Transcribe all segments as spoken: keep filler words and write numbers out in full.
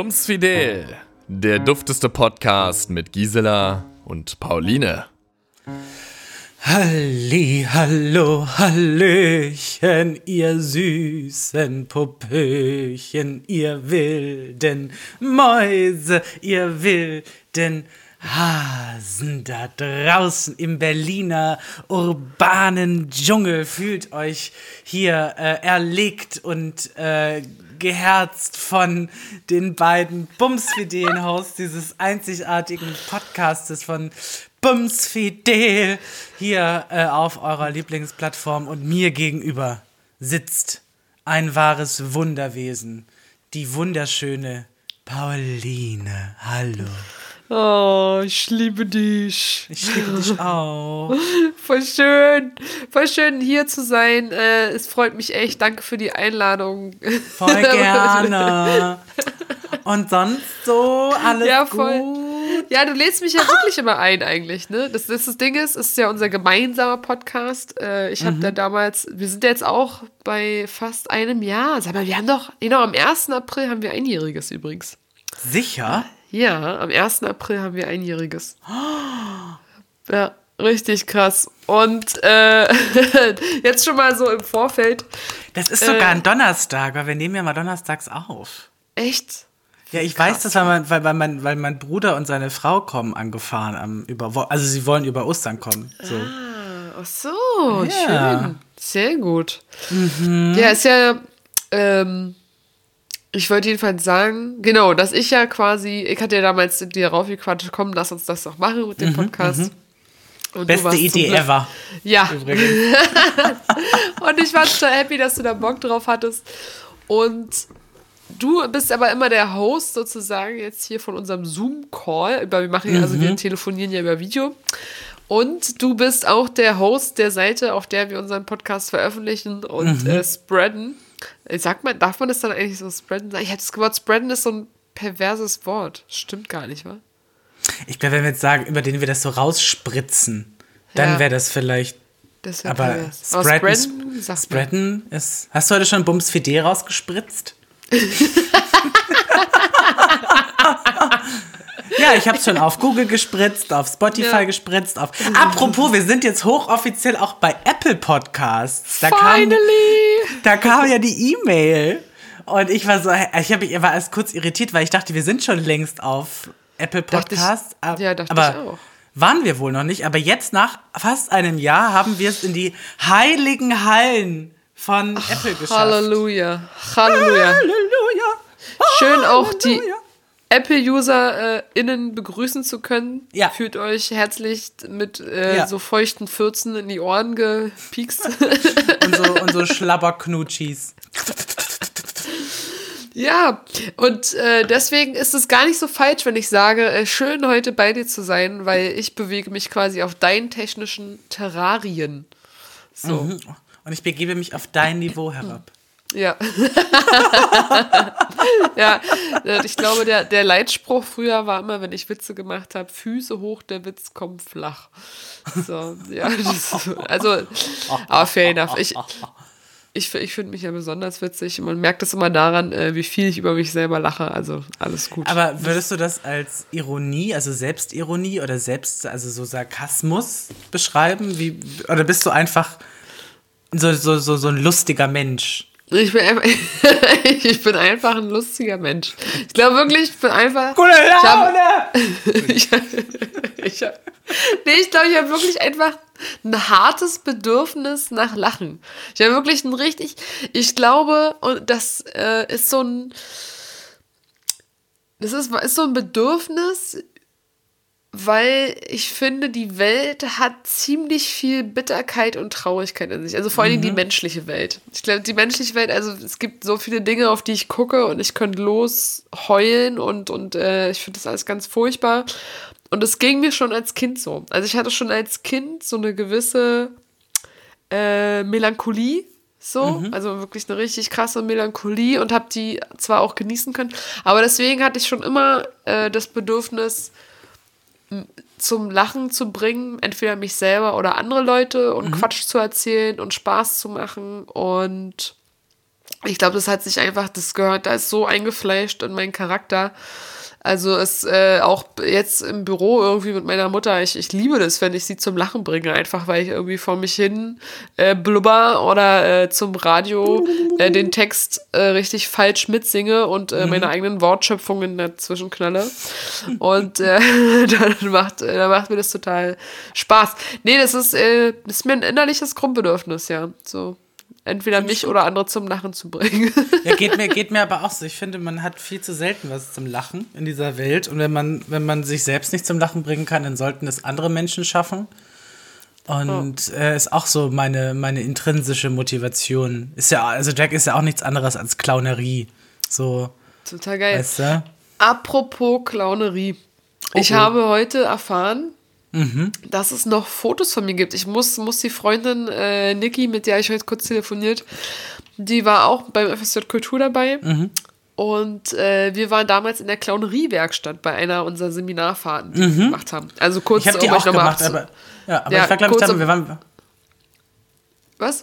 Bumsfidel, der dufteste Podcast mit Gisela und Pauline. Halli, hallo, hallöchen, ihr süßen Popöchen, ihr wilden Mäuse, ihr wilden Hasen da draußen im Berliner urbanen Dschungel. Fühlt euch hier äh, erlegt und äh, geherzt von den beiden Bumsfidelen-Hosts dieses einzigartigen Podcastes von Bumsfidel hier äh, auf eurer Lieblingsplattform, und mir gegenüber sitzt ein wahres Wunderwesen, die wunderschöne Pauline. Hallo. Oh, ich liebe dich. Ich liebe dich auch. Voll schön, voll schön hier zu sein. Äh, es freut mich echt. Danke für die Einladung. Voll gerne. Und sonst so alles ja, voll. gut? Ja, du lädst mich ja wirklich immer ein eigentlich, ne? Das, das, das Ding ist, es ist ja unser gemeinsamer Podcast. Äh, ich habe Mhm. da damals, wir sind jetzt auch bei fast einem Jahr. Sag mal, wir haben doch, genau, am ersten April haben wir Einjähriges übrigens. Sicher? Ja, am ersten April haben wir Einjähriges. Ja, richtig krass. Und äh, jetzt schon mal so im Vorfeld. Das ist sogar Äh. ein Donnerstag, weil wir nehmen ja mal donnerstags auf. Echt? Ja, ich Krass. weiß das, weil mein, weil, weil, mein, weil mein Bruder und seine Frau kommen angefahren. Am, über, Wo- also sie wollen über Ostern kommen. So. Ah, ach so, Ja. schön. Sehr gut. Ja, ist ja, ähm, ich wollte jedenfalls sagen, genau, dass ich ja quasi, ich hatte ja damals dir raufgequatscht, komm, lass uns das doch machen mit dem Podcast. Und du Beste warst zum Idee Glück- ever. Ja, Übrigens. und ich war total happy, dass du da Bock drauf hattest. Und du bist aber immer der Host sozusagen jetzt hier von unserem Zoom-Call. Wir machen ja, also wir telefonieren ja über Video. Und du bist auch der Host der Seite, auf der wir unseren Podcast veröffentlichen und äh, spreaden. Äh, Sagt man, darf man das dann eigentlich so spreaden sagen? Ich hätte das Wort spreaden ist so ein perverses Wort. Stimmt gar nicht, wa? Ich glaube, wenn wir jetzt sagen, über den wir das so rausspritzen, dann Ja. wäre das vielleicht. Das wäre Aber pervers. Aber spreaden, spreaden, sagt man. spreaden ist. Hast du heute schon Bumsfidel rausgespritzt? Ja, ich habe schon auf Google gespritzt, auf Spotify Ja. gespritzt, auf. Apropos, wir sind jetzt hochoffiziell auch bei Apple Podcasts. Da kam, Finally! da kam ja die E-Mail und ich war so, ich, hab, ich war erst kurz irritiert, weil ich dachte, wir sind schon längst auf Apple Dachte ich- Podcasts. Ab- ja, dachte aber ich auch. waren wir wohl noch nicht. Aber jetzt nach fast einem Jahr haben wir es in die heiligen Hallen von Apple geschafft. Halleluja. Halleluja. Halleluja. Schön auch die Halleluja. Apple-UserInnen begrüßen zu können. Ja. Fühlt euch herzlich mit äh, Ja. so feuchten Fürzen in die Ohren gepiekst. Und so, und so Schlabberknutschis. Ja, und äh, deswegen ist es gar nicht so falsch, wenn ich sage, äh, schön heute bei dir zu sein, weil ich bewege mich quasi auf deinen technischen Terrarien. So, Und ich begebe mich auf dein Niveau herab. ja. Ja, äh, ich glaube, der, der Leitspruch früher war immer, wenn ich Witze gemacht habe, Füße hoch, der Witz kommt flach. So, ja, das ist, also, aber fair enough. Ich, ich, ich finde mich ja besonders witzig. Man merkt es immer daran, äh, wie viel ich über mich selber lache. Also, alles gut. Aber würdest du das als Ironie, also Selbstironie oder selbst, also so Sarkasmus beschreiben? Wie, oder bist du einfach so, so, so, so ein lustiger Mensch? Ich bin, einfach, ich bin einfach ein lustiger Mensch. Ich glaube wirklich, ich bin einfach. Gute Ich hab, Laune! ich, ich hab, nee, ich glaube, ich habe wirklich einfach ein hartes Bedürfnis nach Lachen. Ich habe wirklich ein richtig. Ich glaube, und das äh, ist so ein. Das ist, ist so ein Bedürfnis, weil ich finde, die Welt hat ziemlich viel Bitterkeit und Traurigkeit in sich. Also vor allem die menschliche Welt. Ich glaube, die menschliche Welt, also es gibt so viele Dinge, auf die ich gucke und ich könnte losheulen und, und äh, ich finde das alles ganz furchtbar. Und es ging mir schon als Kind so. Also ich hatte schon als Kind so eine gewisse äh, Melancholie. So, also wirklich eine richtig krasse Melancholie und habe die zwar auch genießen können, aber deswegen hatte ich schon immer äh, das Bedürfnis, zum Lachen zu bringen, entweder mich selber oder andere Leute und Quatsch zu erzählen und Spaß zu machen. Und Ich glaube, das hat sich einfach, das gehört, da ist so eingefleischt in meinen Charakter. Also es äh, auch jetzt im Büro irgendwie mit meiner Mutter, ich, ich liebe das, wenn ich sie zum Lachen bringe, einfach weil ich irgendwie vor mich hin äh, blubber oder äh, zum Radio äh, den Text äh, richtig falsch mitsinge und äh, mhm. meine eigenen Wortschöpfungen dazwischen knalle. Und äh, dann, macht, äh, dann macht mir das total Spaß. Nee, das ist, äh, das ist mir ein innerliches Grundbedürfnis, ja, so. Entweder mich oder andere zum Lachen zu bringen. Ja, geht mir, geht mir aber auch so. Ich finde, man hat viel zu selten was zum Lachen in dieser Welt. Und wenn man, wenn man sich selbst nicht zum Lachen bringen kann, dann sollten es andere Menschen schaffen. Und oh. äh, ist auch so meine, meine intrinsische Motivation. Ist ja, also Drag ist ja auch nichts anderes als Clownerie. So, total geil. Weißt du? Apropos Clownerie. Oh, ich oh. habe heute erfahren, Mhm. dass es noch Fotos von mir gibt. Ich muss, muss die Freundin äh, Niki, mit der ich heute kurz telefoniert, die war auch beim F S J Kultur dabei. Mhm. Und äh, wir waren damals in der Clownerie-Werkstatt bei einer unserer Seminarfahrten, die mhm. wir gemacht haben. Also kurz, ich habe die um auch gemacht, aber, ja, aber ja, ich war, glaube ich, da, wir waren... Was?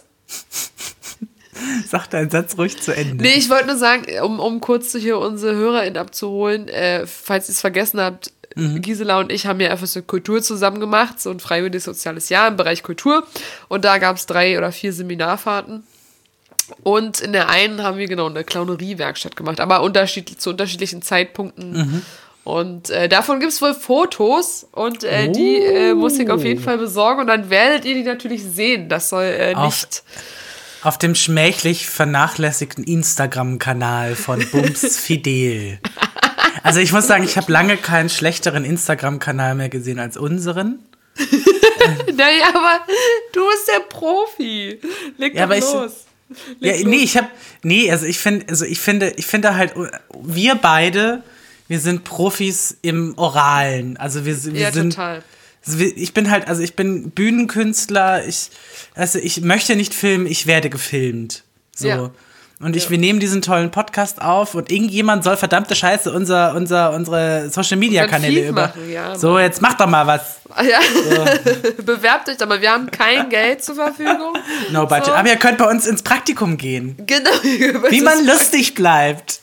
Sag deinen Satz ruhig zu Ende. Nee, ich wollte nur sagen, um, um kurz hier unsere HörerInnen abzuholen, äh, falls ihr es vergessen habt, Mhm. Gisela und ich haben ja F S J Kultur zusammen gemacht, so ein freiwilliges soziales Jahr im Bereich Kultur. Und da gab es drei oder vier Seminarfahrten. Und in der einen haben wir genau eine Clownerie-Werkstatt gemacht, aber unterschiedlich, zu unterschiedlichen Zeitpunkten. Mhm. Und äh, davon gibt es wohl Fotos und äh, oh. die äh, muss ich auf jeden Fall besorgen. Und dann werdet ihr die natürlich sehen. Das soll äh, nicht... Auf, auf dem schmählich vernachlässigten Instagram-Kanal von Bums Fidel. Also ich muss sagen, ich habe lange keinen schlechteren Instagram-Kanal mehr gesehen als unseren. Naja, aber du bist der Profi. Leg ja, doch los. Ich, Leg ja, los. Nee, ich habe, nee, also ich finde, also ich finde, ich finde halt, wir beide, wir sind Profis im Oralen. Also wir, wir ja, sind. Total. Also ich bin halt, also ich bin Bühnenkünstler. Ich, also ich möchte nicht filmen, ich werde gefilmt. So. Ja. Und ich, ja. wir nehmen diesen tollen Podcast auf und irgendjemand soll verdammte Scheiße unser, unser, unsere Social-Media-Kanäle über... Machen, ja, so, jetzt mach doch mal was. Ja. So. Bewerbt euch doch mal, wir haben kein Geld zur Verfügung. No budget. So. Aber ihr könnt bei uns ins Praktikum gehen. Genau. Wie man lustig bleibt.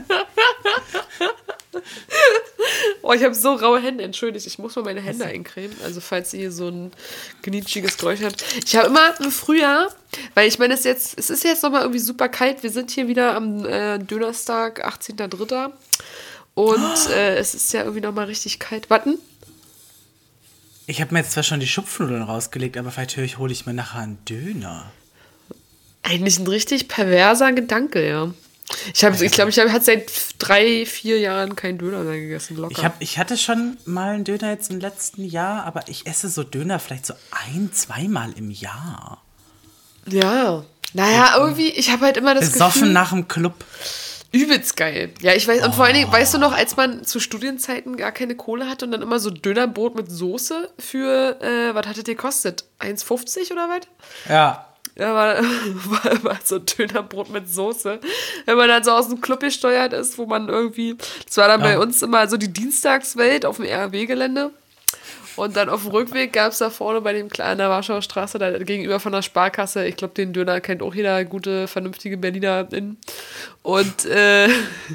Oh, ich habe so raue Hände, entschuldigt, ich muss mal meine Hände eincremen, also falls ihr hier so ein gnitschiges Geräusch habt. Ich habe immer im Frühjahr, weil ich meine, es, jetzt, es ist jetzt nochmal irgendwie super kalt, wir sind hier wieder am äh, Donnerstag, achtzehnter dritter und oh. äh, es ist ja irgendwie nochmal richtig kalt. Warten. Ich habe mir jetzt zwar schon die Schupfnudeln rausgelegt, aber vielleicht höre ich, hole ich mir nachher einen Döner. Eigentlich ein richtig perverser Gedanke, ja. Ich glaube, ich, glaub, ich habe hab seit drei, vier Jahren keinen Döner mehr gegessen, locker. Ich, hab, ich hatte schon mal einen Döner jetzt im letzten Jahr, aber ich esse so Döner vielleicht so ein-, zweimal im Jahr. Ja, naja, irgendwie, ich habe halt immer das Besoffen Gefühl... nach dem Club. Übelst geil. Ja, ich weiß, und oh. vor allen Dingen, weißt du noch, als man zu Studienzeiten gar keine Kohle hatte und dann immer so Dönerbrot mit Soße für, äh, was hattet ihr gekostet? eins fünfzig oder was? Ja. Ja, war, war, war so ein Dönerbrot mit Soße. Wenn man dann so aus dem Club gesteuert ist, wo man irgendwie, das war dann ja. bei uns immer so die Dienstagswelt auf dem R W-Gelände. Und dann auf dem Rückweg gab es da vorne bei dem kleinen der Warschauer Straße, da gegenüber von der Sparkasse, ich glaube, den Döner kennt auch jeder gute, vernünftige Berlinerin. Und, äh,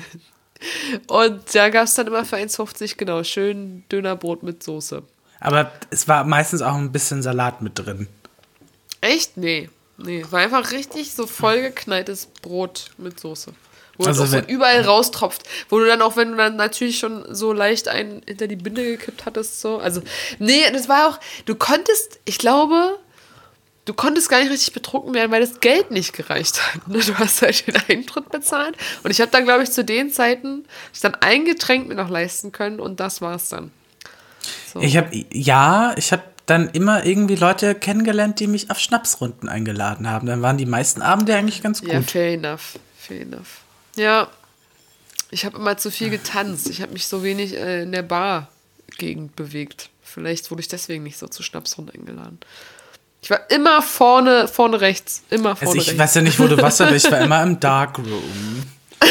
und da gab es dann immer für eins fünfzig, genau, schön Dönerbrot mit Soße. Aber es war meistens auch ein bisschen Salat mit drin. Echt? Nee. Nee, war einfach richtig so vollgeknalltes Brot mit Soße. Wo also es auch so überall raustropft. Wo du dann auch, wenn du dann natürlich schon so leicht einen hinter die Binde gekippt hattest, so. Also, nee, das war auch, du konntest, ich glaube, du konntest gar nicht richtig betrunken werden, weil das Geld nicht gereicht hat. Du hast halt den Eintritt bezahlt. Und ich habe dann, glaube ich, zu den Zeiten ich dann ein Getränk mir noch leisten können und das war's dann. So. Ich habe, ja, ich habe dann immer irgendwie Leute kennengelernt, die mich auf Schnapsrunden eingeladen haben. Dann waren die meisten Abende eigentlich ganz gut. Ja, fair enough, fair enough. Ja, ich habe immer zu viel getanzt. Ich habe mich so wenig äh, in der Bar-Gegend bewegt. Vielleicht wurde ich deswegen nicht so zu Schnapsrunden eingeladen. Ich war immer vorne, vorne rechts. Immer vorne also ich rechts. weiß ja nicht, wo du warst, aber ich war immer im Darkroom.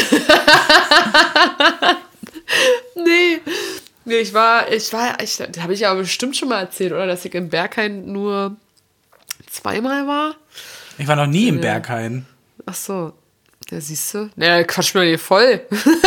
Nee. Nee, ich war, ich war, ich, das habe ich ja bestimmt schon mal erzählt, oder? Dass ich im Berghain nur zweimal war. Ich war noch nie im Berghain. Ach so. Ja, siehst du? Naja, quatsch mir hier voll.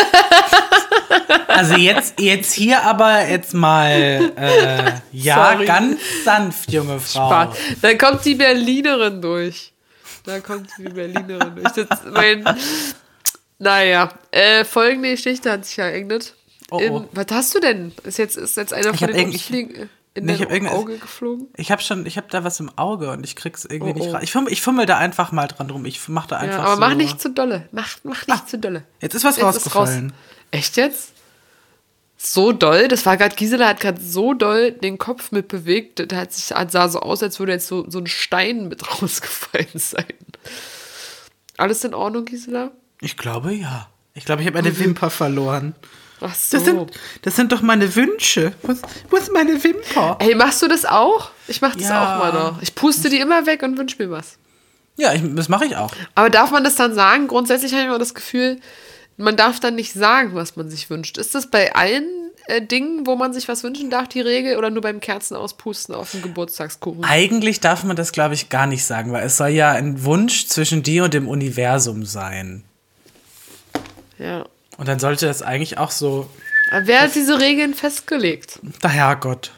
Also jetzt, jetzt hier aber jetzt mal, äh, ja, Sorry. ganz sanft, junge Frau. Spaß. Dann kommt die Berlinerin durch. Da kommt die Berlinerin durch. Das ist mein, naja, äh, folgende Geschichte hat sich ereignet. Oh, In, oh. Was hast du denn? Ist jetzt ist jetzt einer Ich von hab den irgend- Umfliegen in Nee, ich dein hab irgend- Auge geflogen? Ich habe schon, ich habe da was im Auge und ich krieg's irgendwie Oh, nicht oh. raus. Ich fummel, ich fummel da einfach mal dran rum. Ich mach da einfach Ja, aber so. mach nicht zu dolle. Mach, mach nicht Ah, zu dolle. Jetzt ist was Jetzt ist rausgefallen. raus. Echt jetzt? So doll? Das war gerade, Gisela hat gerade so doll den Kopf mit bewegt. Da hat sich, sah so aus, als würde jetzt so, so ein Stein mit rausgefallen sein. Alles in Ordnung, Gisela? Ich glaube ja. Ich glaube, ich habe eine Wimper verloren. Ach so. Das sind, das sind doch meine Wünsche. Wo ist, wo ist meine Wimper? Ey, machst du das auch? Ich mach das Ja. auch mal noch. Ich puste die immer weg und wünsche mir was. Ja, ich, das mache ich auch. Aber darf man das dann sagen? Grundsätzlich habe ich immer das Gefühl, man darf dann nicht sagen, was man sich wünscht. Ist das bei allen äh, Dingen, wo man sich was wünschen darf, die Regel, oder nur beim Kerzenauspusten auf dem Geburtstagskuchen? Eigentlich darf man das, glaube ich, gar nicht sagen, weil es soll ja ein Wunsch zwischen dir und dem Universum sein. Ja. Und dann sollte das eigentlich auch so, Aber wer hat diese Regeln festgelegt? der Herrgott.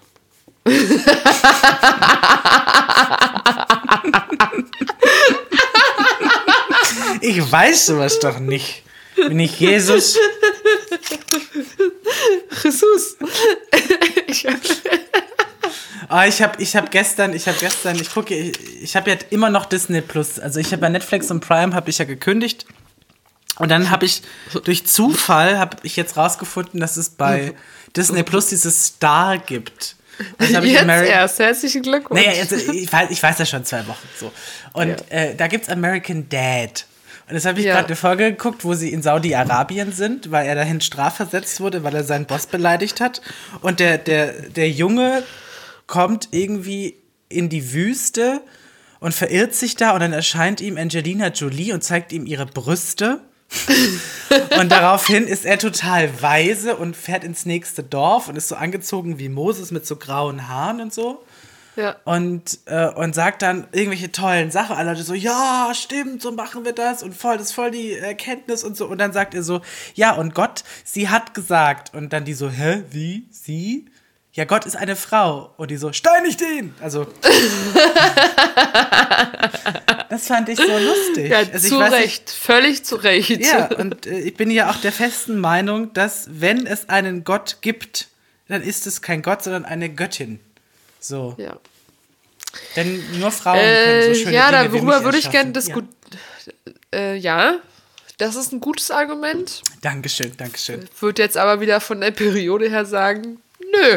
Ich weiß sowas doch nicht. Bin ich Jesus? Jesus. Ah, ich habe ich hab gestern, ich habe gestern, ich gucke, ich, ich habe jetzt immer noch Disney Plus. Also ich habe bei Netflix und Prime habe ich ja gekündigt. Und dann habe ich, durch Zufall, habe ich jetzt rausgefunden, dass es bei Disney Plus dieses Star gibt. Und das hab ich Jetzt Ameri- erst. Herzlichen Glückwunsch. Naja, jetzt, ich, weiß, ich weiß ja schon zwei Wochen so. Und Ja. äh, da gibt's American Dad. Und das habe ich Ja. gerade eine Folge geguckt, wo sie in Saudi-Arabien sind, weil er dahin strafversetzt wurde, weil er seinen Boss beleidigt hat. Und der, der, der Junge kommt irgendwie in die Wüste und verirrt sich da und dann erscheint ihm Angelina Jolie und zeigt ihm ihre Brüste. Und daraufhin ist er total weise und fährt ins nächste Dorf und ist so angezogen wie Moses mit so grauen Haaren und so. Ja. Und, äh, und sagt dann irgendwelche tollen Sachen. Alle Leute so, ja, stimmt, so machen wir das und voll, das ist voll die Erkenntnis und so. Und dann sagt er so, ja, und Gott, sie hat gesagt. Und dann die so, hä, wie, sie? Ja, Gott ist eine Frau. Und die so, steinigt ihn! Also, das fand ich so lustig. Ja, also, ich zu weiß nicht, Recht. Völlig zu Recht. ja, und äh, ich bin ja auch der festen Meinung, dass wenn es einen Gott gibt, dann ist es kein Gott, sondern eine Göttin. So. Ja. Denn nur Frauen können so Äh, schöne ja, Dinge wie darüber mich würde ich gerne erschaffen. diskutieren. Ja. Äh, ja, das ist ein gutes Argument. Ja. Dankeschön, Dankeschön. Würde jetzt aber wieder von der Periode her sagen, nö.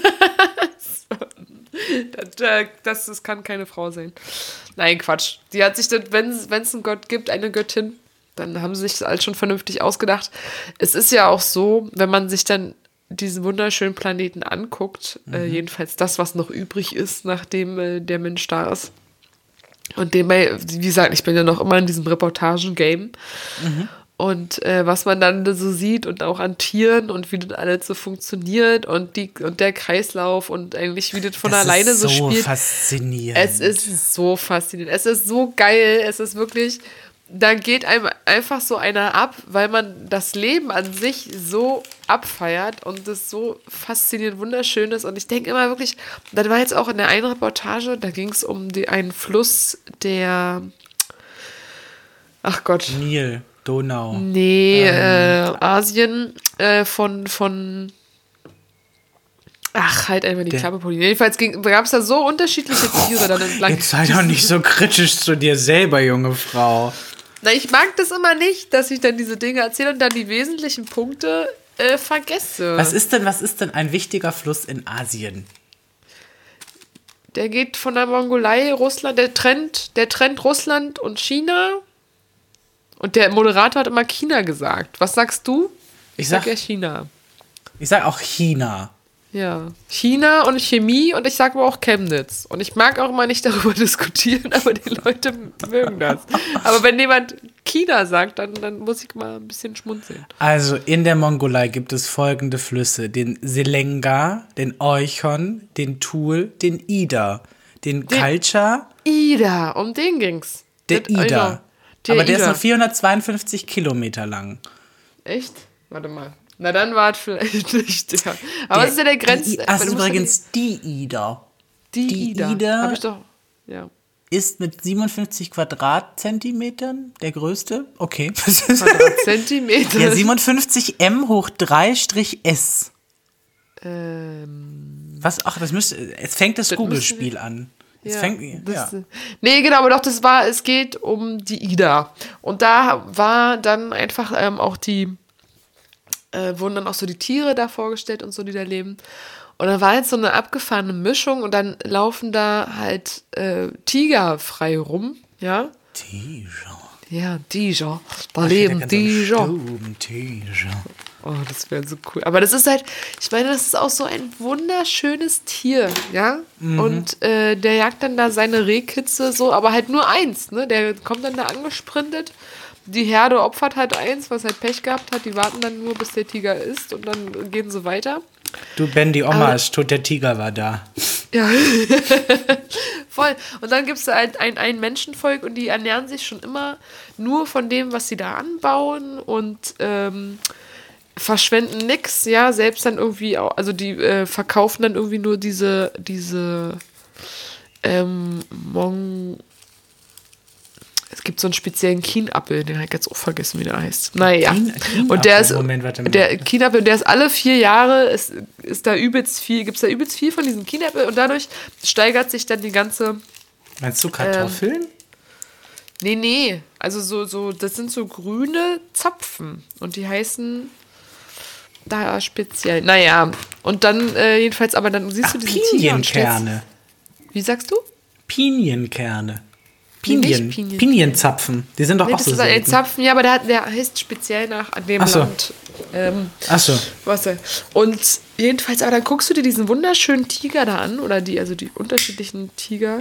das, das, das kann keine Frau sein. Nein, Quatsch. Die hat sich, wenn es einen Gott gibt, eine Göttin, dann haben sie sich das alles schon vernünftig ausgedacht. Es ist ja auch so, wenn man sich dann diesen wunderschönen Planeten anguckt, Mhm. äh, jedenfalls das, was noch übrig ist, nachdem äh, der Mensch da ist. Und dem, wie gesagt, ich bin ja noch immer in diesem Reportagen-Game. Mhm. Und äh, was man dann so sieht und auch an Tieren und wie das alles so funktioniert und, die, und der Kreislauf und eigentlich wie das von das alleine ist so so spielt. faszinierend. Es ist so faszinierend. Es ist so geil. Es ist wirklich, da geht einem einfach so einer ab, weil man das Leben an sich so abfeiert und es so faszinierend wunderschön ist. Und ich denke immer wirklich, das war jetzt auch in der einen Reportage, da ging es um die, einen Fluss, der, ach Gott, Nil, Donau. nee, äh, Asien äh, von, von ach, halt einfach die Der- Klappe, Pauline. Jedenfalls gab es da so unterschiedliche Tiere dann entlang. Jetzt sei doch nicht so kritisch zu dir selber, junge Frau. Na, ich mag das immer nicht, dass ich dann diese Dinge erzähle und dann die wesentlichen Punkte äh, vergesse. Was ist denn, was ist denn ein wichtiger Fluss in Asien? Der geht von der Mongolei, Russland, der trennt, der trennt Russland und China. Und der Moderator hat immer China gesagt. Was sagst du? Ich sag sag, ja China. ich sag auch China. Ja. China und Chemie und ich sag aber auch Chemnitz. Und ich mag auch immer nicht darüber diskutieren, aber die Leute mögen das. Aber wenn jemand China sagt, dann, dann muss ich mal ein bisschen schmunzeln. Also in der Mongolei gibt es folgende Flüsse: den Selenga, den Euchon, den Thul, den Ida, den Kalcha. Ida, um den ging's. Der Das- Ida. also, Der Aber der Ida. ist nur vierhundertzweiundfünfzig Kilometer lang. Echt? Warte mal. Na, dann war es vielleicht nicht der. Aber was ist ja der Grenz... Die, das ist übrigens die Ida. Die, die Ida. Ida- Hab ich doch... Ja. Ist mit siebenundfünfzig Quadratzentimetern der größte. Okay. Quadratzentimeter. Ja, siebenundfünfzig M hoch drei Strich S. Ähm... Was? Ach, das müsste. Es fängt das, Das Google-Spiel an. Es Ja, fängt. Ja. das, Nee, genau, aber doch, das war, es geht um die Ida. Und da war dann einfach ähm, auch die, äh, wurden dann auch so die Tiere da vorgestellt und so, die da leben. Und dann war jetzt so eine abgefahrene Mischung und dann laufen da halt äh, Tiger frei rum, ja. Tiger. Ja, Tiger. Da leben Tiger. Tiger. Oh, das wäre so cool. Aber das ist halt, ich meine, das ist auch so ein wunderschönes Tier, ja? Mhm. Und äh, der jagt dann da seine Rehkitze so, aber halt nur eins, ne? Der kommt dann da angesprintet. Die Herde opfert halt eins, was halt Pech gehabt hat. Die warten dann nur, bis der Tiger isst und dann gehen sie weiter. Du, Ben, die Oma Aber- ist tot, der Tiger war da. Ja, voll. Und dann gibt es halt ein, ein Menschenvolk und die ernähren sich schon immer nur von dem, was sie da anbauen und ähm, verschwenden nix, ja, selbst dann irgendwie auch, also die äh, verkaufen dann irgendwie nur diese, diese ähm, Mon es gibt so einen speziellen Kienapfel, den habe ich jetzt auch vergessen, wie der heißt. Naja. Kien- Kienapfel? Und der ist, Moment, warte mal. der Kienapfel, der ist alle vier Jahre, ist, ist da übelst viel, gibt es da übelst viel von diesem Kienapfel und dadurch steigert sich dann die ganze, Meinst du Kartoffeln? nee, nee, also so, so, das sind so grüne Zapfen und die heißen da speziell, naja, und dann äh, jedenfalls, aber dann siehst Ach, du diesen Tiger und stellst, Pinienkerne. wie sagst du? Pinienkerne. Nee, nicht Pinien. Pinien. Pinienzapfen. Die sind doch Nee, auch das so ist ein selten. Zapfen, ja, aber der, hat, der heißt speziell nach dem Ach so. Land. Ähm, Ach so. was denn? Und jedenfalls, aber dann guckst du dir diesen wunderschönen Tiger da an, oder die, also die unterschiedlichen Tiger.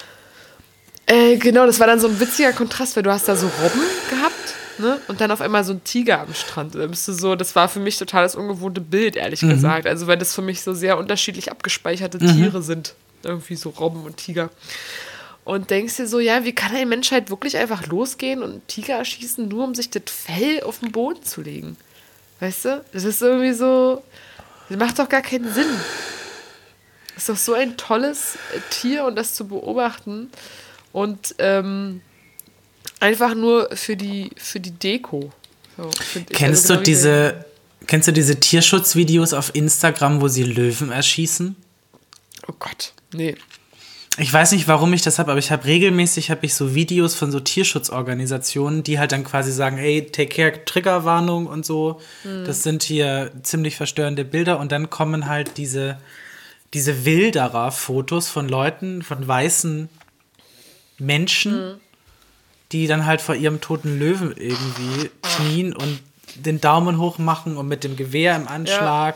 Äh, genau, das war dann so ein witziger Kontrast, weil du hast da so Robben gehabt, ne? Und dann auf einmal so ein Tiger am Strand. Da bist du so, das war für mich total das ungewohnte Bild, ehrlich Mhm. gesagt. Also, weil das für mich so sehr unterschiedlich abgespeicherte Tiere sind. Irgendwie so Robben und Tiger. Und denkst dir so, ja, wie kann ein Mensch halt wirklich einfach losgehen und einen Tiger erschießen, nur um sich das Fell auf den Boden zu legen? Weißt du? Das ist irgendwie so, das macht doch gar keinen Sinn. Das ist doch so ein tolles äh, Tier und das zu beobachten und ähm, einfach nur für die, für die Deko. So, find ich. Kennst Also genau du wie diese, kennst du diese Tierschutzvideos auf Instagram, wo sie Löwen erschießen? der- Oh Gott, nee. Ich weiß nicht, warum ich das habe, aber ich habe regelmäßig habe ich so Videos von so Tierschutzorganisationen, die halt dann quasi sagen, hey, take care, Triggerwarnung und so. Das sind hier ziemlich verstörende Bilder und dann kommen halt diese, diese Wilderer-Fotos von Leuten, von weißen Menschen, die dann halt vor ihrem toten Löwen irgendwie knien und den Daumen hoch machen und mit dem Gewehr im Anschlag.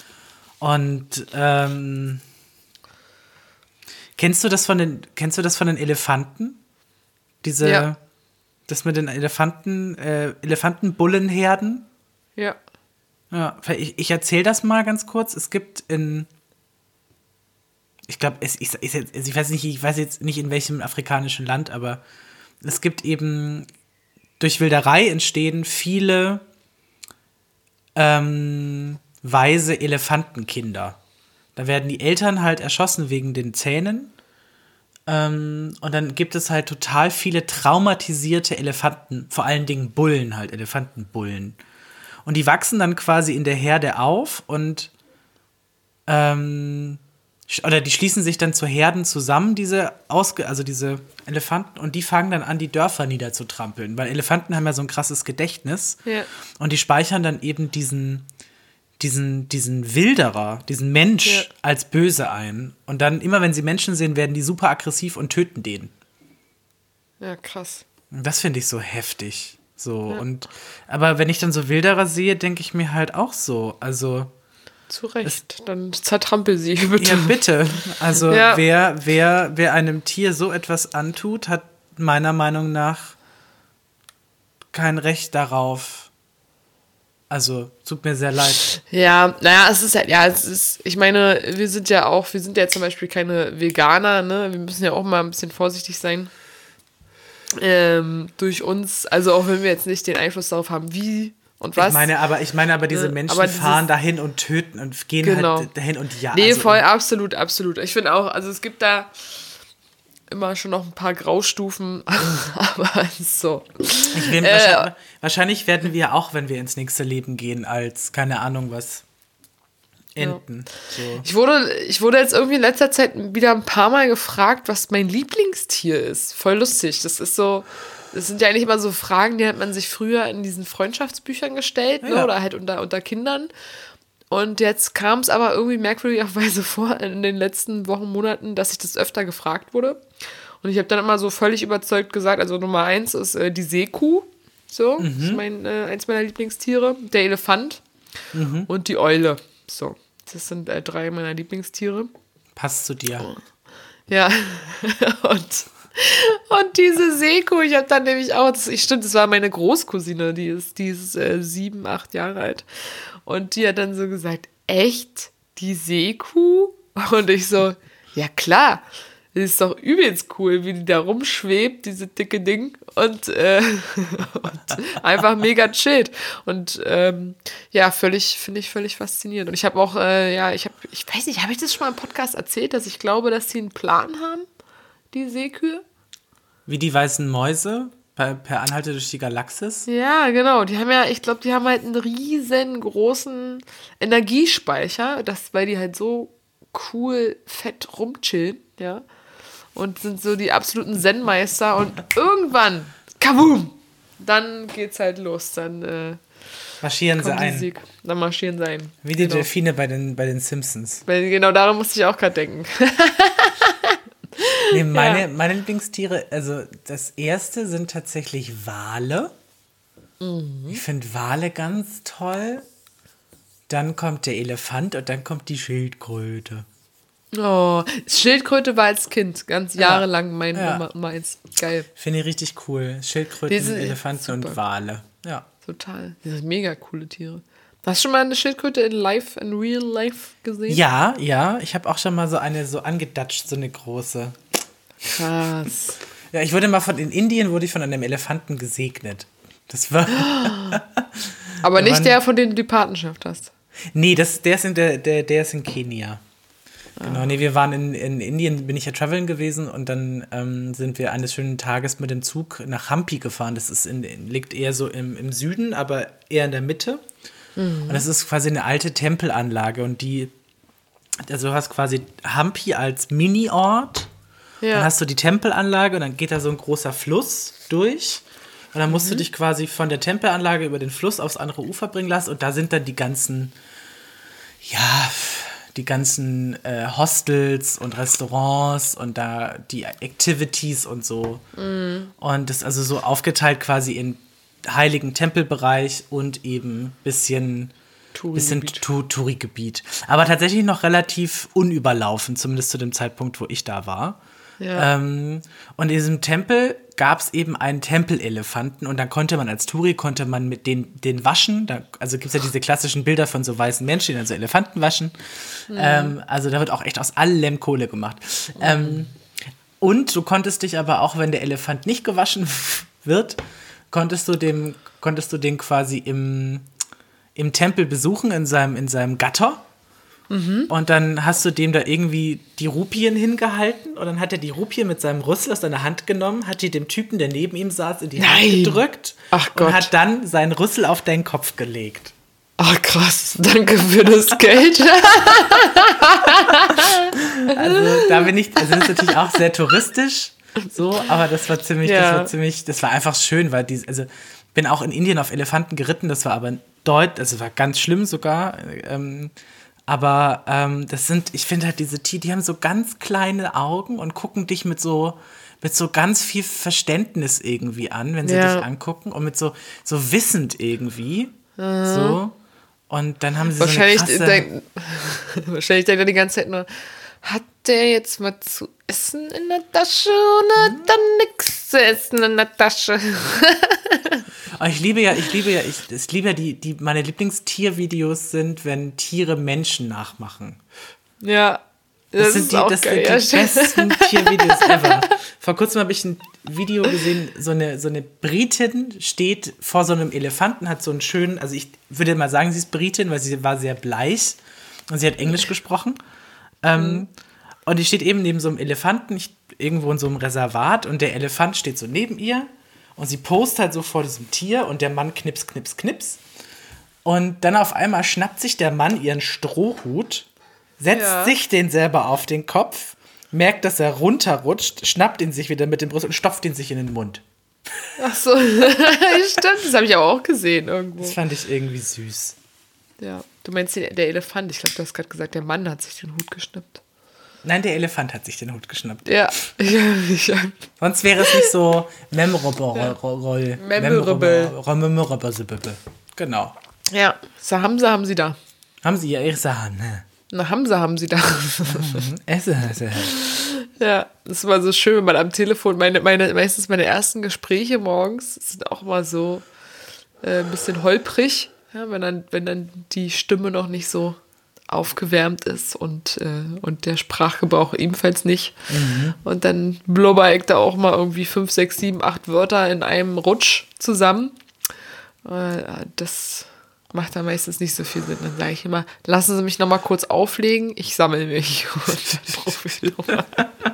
Und ähm, Kennst du das von den, kennst du das von den Elefanten? Diese, Ja. das mit den Elefanten, äh, Elefantenbullenherden? Ja. Ja, ich, ich erzähle das mal ganz kurz. Es gibt in, ich glaube, es ich, ich, ich weiß nicht, ich weiß jetzt nicht in welchem afrikanischen Land, aber es gibt eben durch Wilderei entstehen viele ähm, weise Elefantenkinder. Da werden die Eltern halt erschossen wegen den Zähnen. Ähm, und dann gibt es halt total viele traumatisierte Elefanten, vor allen Dingen Bullen halt, Elefantenbullen. Und die wachsen dann quasi in der Herde auf und ähm, sch- oder die schließen sich dann zu Herden zusammen, diese ausge also diese Elefanten, und die fangen dann an, die Dörfer niederzutrampeln. Weil Elefanten haben ja so ein krasses Gedächtnis. Ja. Und die speichern dann eben diesen diesen, diesen Wilderer, diesen Mensch Ja. als böse ein. Und dann, immer wenn sie Menschen sehen, werden die super aggressiv und töten den. Ja, krass. Und das finde ich so heftig. So, und, aber wenn ich dann so Wilderer sehe, denke ich mir halt auch so, also, Zu Recht. Dann zertrampel sie, bitte. ja, bitte. Also, Ja. wer, wer, wer einem Tier so etwas antut, hat meiner Meinung nach kein Recht darauf. Also, tut mir sehr leid. Ja, naja, es ist halt, ja, es ist, ich meine, wir sind ja auch, wir sind ja zum Beispiel keine Veganer, ne? Wir müssen ja auch mal ein bisschen vorsichtig sein. ähm, durch uns, also auch wenn wir jetzt nicht den Einfluss darauf haben, wie und was. Ich meine aber, ich meine aber diese Menschen aber dieses, fahren dahin und töten und gehen genau. halt dahin und ja. Nee, also voll, absolut, absolut. Ich finde auch, also es gibt da immer schon noch ein paar Graustufen, aber so. Ich will, äh, wahrscheinlich, wahrscheinlich werden wir auch, wenn wir ins nächste Leben gehen, als, keine Ahnung was, Enten. Ja. So. Ich, wurde, ich wurde jetzt irgendwie in letzter Zeit wieder ein paar Mal gefragt, was mein Lieblingstier ist. Voll lustig. Das ist so, das sind ja eigentlich immer so Fragen, die hat man sich früher in diesen Freundschaftsbüchern gestellt, ja. ne? Oder halt unter, unter Kindern. Und jetzt kam es aber irgendwie merkwürdigerweise vor in den letzten Wochen, Monaten, dass ich das öfter gefragt wurde. Und ich habe dann immer so völlig überzeugt gesagt, also Nummer eins ist äh, die Seekuh. So, mhm. das ist mein, äh, eins meiner Lieblingstiere. Der Elefant mhm. und die Eule. So, das sind äh, drei meiner Lieblingstiere. Passt zu dir. Ja, und, und diese Seekuh, ich habe dann nämlich auch, das, ich, stimmt, das war meine Großcousine, die ist, die ist äh, sieben, acht Jahre alt. Und die hat dann so gesagt, echt, die Seekuh? Und ich so, ja klar, das ist doch übelst cool, wie die da rumschwebt, diese dicke Ding. Und, äh, und einfach mega chillt. Und ähm, ja, völlig, finde ich völlig faszinierend. Und ich habe auch, äh, ja, ich habe, ich weiß nicht, habe ich das schon mal im Podcast erzählt, dass ich glaube, dass sie einen Plan haben, die Seekühe? Wie die weißen Mäuse? Per, per Anhalte durch die Galaxis? Ja, genau. Die haben ja, ich glaube, die haben halt einen riesengroßen Energiespeicher, das, weil die halt so cool fett rumchillen, ja. Und sind so die absoluten Zen-Meister. Und irgendwann, kaboom, dann geht's halt los. Dann äh, marschieren sie ein. Sieg. Dann marschieren sie ein. Wie die genau. Delfine bei den, bei den Simpsons. Weil, genau, daran musste ich auch gerade denken. Nee, meine, ja. meine Lieblingstiere, also das erste sind tatsächlich Wale. Mhm. Ich finde Wale ganz toll. Dann kommt der Elefant und dann kommt die Schildkröte. Oh, Schildkröte war als Kind ganz jahrelang mein ja. Nummer meins. Geil. Finde ich richtig cool. Schildkröten, Diese, Elefanten super. Und Wale. Ja. Total. Das sind mega coole Tiere. Hast du schon mal eine Schildkröte in live, in real life gesehen? Ja, ja. Ich habe auch schon mal so eine so angedatscht, so eine große. Krass. Ja, ich wurde mal von, in Indien wurde ich von einem Elefanten gesegnet. Das war. Aber nicht waren, der, von dem du die Patenschaft hast. Nee, das, der, ist in der, der, der ist in Kenia. Ah. Genau, nee, wir waren in, in Indien, bin ich ja traveln gewesen und dann ähm, sind wir eines schönen Tages mit dem Zug nach Hampi gefahren. Das ist in, liegt eher so im, im Süden, aber eher in der Mitte. Mhm. Und das ist quasi eine alte Tempelanlage und die, also du hast quasi Hampi als Mini-Ort. Ja. Dann hast du die Tempelanlage und dann geht da so ein großer Fluss durch. Und dann musst mhm. du dich quasi von der Tempelanlage über den Fluss aufs andere Ufer bringen lassen. Und da sind dann die ganzen, ja, die ganzen äh, Hostels und Restaurants und da die Activities und so. Mhm. Und das ist also so aufgeteilt quasi in heiligen Tempelbereich und eben bisschen bisschen Touri-Gebiet. Aber tatsächlich noch relativ unüberlaufen, zumindest zu dem Zeitpunkt, wo ich da war. Ja. Ähm, und in diesem Tempel gab es eben einen Tempelelefanten und dann konnte man als Touri, konnte man mit den, den waschen, da, also gibt es ja diese klassischen Bilder von so weißen Menschen, die dann so Elefanten waschen. Mhm. Ähm, also da wird auch echt aus allem Kohle gemacht. Mhm. Ähm, und du konntest dich aber auch, wenn der Elefant nicht gewaschen wird, konntest du, dem, konntest du den quasi im, im Tempel besuchen, in seinem, in seinem Gatter. Mhm. Und dann hast du dem da irgendwie die Rupien hingehalten und dann hat er die Rupie mit seinem Rüssel aus deiner Hand genommen, hat die dem Typen, der neben ihm saß, in die Nein. Hand gedrückt Ach Gott. und hat dann seinen Rüssel auf deinen Kopf gelegt. Ach krass, danke für das Geld. Also da bin ich, also das ist natürlich auch sehr touristisch, so, aber das war ziemlich, ja. das war ziemlich, das war einfach schön, weil die, also bin auch in Indien auf Elefanten geritten, das war aber deut, also war ganz schlimm sogar, ähm, aber ähm, das sind, ich finde halt diese Tiere, die haben so ganz kleine Augen und gucken dich mit so, mit so ganz viel Verständnis irgendwie an, wenn sie ja. dich angucken und mit so, so wissend irgendwie, mhm. so. Und dann haben sie wahrscheinlich so eine krasse... Denk, wahrscheinlich denkt er die ganze Zeit nur, hat der jetzt mal zu essen in der Tasche oder mhm. dann nichts zu essen in der Tasche? Aber ich liebe ja, ich liebe ja, ich, ich liebe ja die, die, meine Lieblingstiervideos sind, wenn Tiere Menschen nachmachen. Ja. Das, Das sind ist die, auch das geil, sind die ja, besten Tiervideos ever. Vor kurzem habe ich ein Video gesehen, so eine, so eine Britin steht vor so einem Elefanten, hat so einen schönen, also ich würde mal sagen, sie ist Britin, weil sie war sehr bleich und sie hat Englisch gesprochen. Ähm, mhm. Und die steht eben neben so einem Elefanten, ich, irgendwo in so einem Reservat, und der Elefant steht so neben ihr und sie post halt so vor diesem Tier und der Mann knips, knips, knips. Und dann auf einmal schnappt sich der Mann ihren Strohhut, setzt ja. sich den selber auf den Kopf, merkt, dass er runterrutscht, schnappt ihn sich wieder mit dem Brust und stopft ihn sich in den Mund. Ach so, stimmt, das habe ich aber auch gesehen irgendwo. Das fand ich irgendwie süß. Ja, du meinst den, der Elefant, ich glaube, du hast gerade gesagt, der Mann hat sich den Hut geschnappt. Nein, der Elefant hat sich den Hut geschnappt. Ja, ja, ja. Sonst wäre es nicht so memorable. Memorable. Genau. Ja, so Hamza haben sie da. Haben sie ja ihre Sahne. Na, Hamza haben sie da. Esse, esse. Ja, das war so schön, wenn man am Telefon, meine, meine, meistens meine ersten Gespräche morgens sind auch mal so äh, ein bisschen holprig, ja, wenn, dann, wenn dann die Stimme noch nicht so aufgewärmt ist und, äh, und der Sprachgebrauch ebenfalls nicht. Mhm. Und dann blubber ich da auch mal irgendwie fünf, sechs, sieben, acht Wörter in einem Rutsch zusammen. Äh, das macht da meistens nicht so viel Sinn. Dann sage ich immer, lassen Sie mich noch mal kurz auflegen, ich sammle mich. Und dann rufe ich nochmal.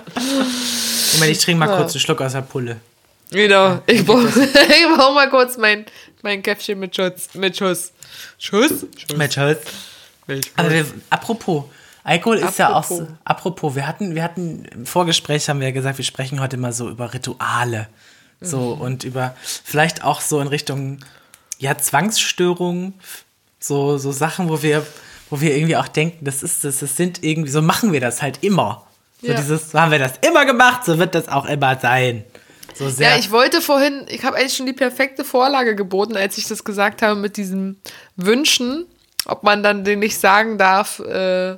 Ich meine, ich trinke mal ja. kurz einen Schluck aus der Pulle. Genau, ich brauche ich brauch mal kurz mein, mein Käffchen mit Schuss. Mit Schuss. Schuss? Schuss. Mit Schuss. Aber wir, apropos, Alkohol ist apropos. ja auch so, apropos, wir hatten, wir hatten im Vorgespräch haben wir ja gesagt, wir sprechen heute mal so über Rituale. So mhm. und über vielleicht auch so in Richtung ja, Zwangsstörungen, so, so Sachen, wo wir, wo wir irgendwie auch denken, das ist das, das sind irgendwie, so machen wir das halt immer. So ja. dieses, so haben wir das immer gemacht, so wird das auch immer sein. So sehr ja, ich wollte vorhin, ich habe eigentlich schon die perfekte Vorlage geboten, als ich das gesagt habe mit diesen Wünschen, ob man dann den nicht sagen darf, äh,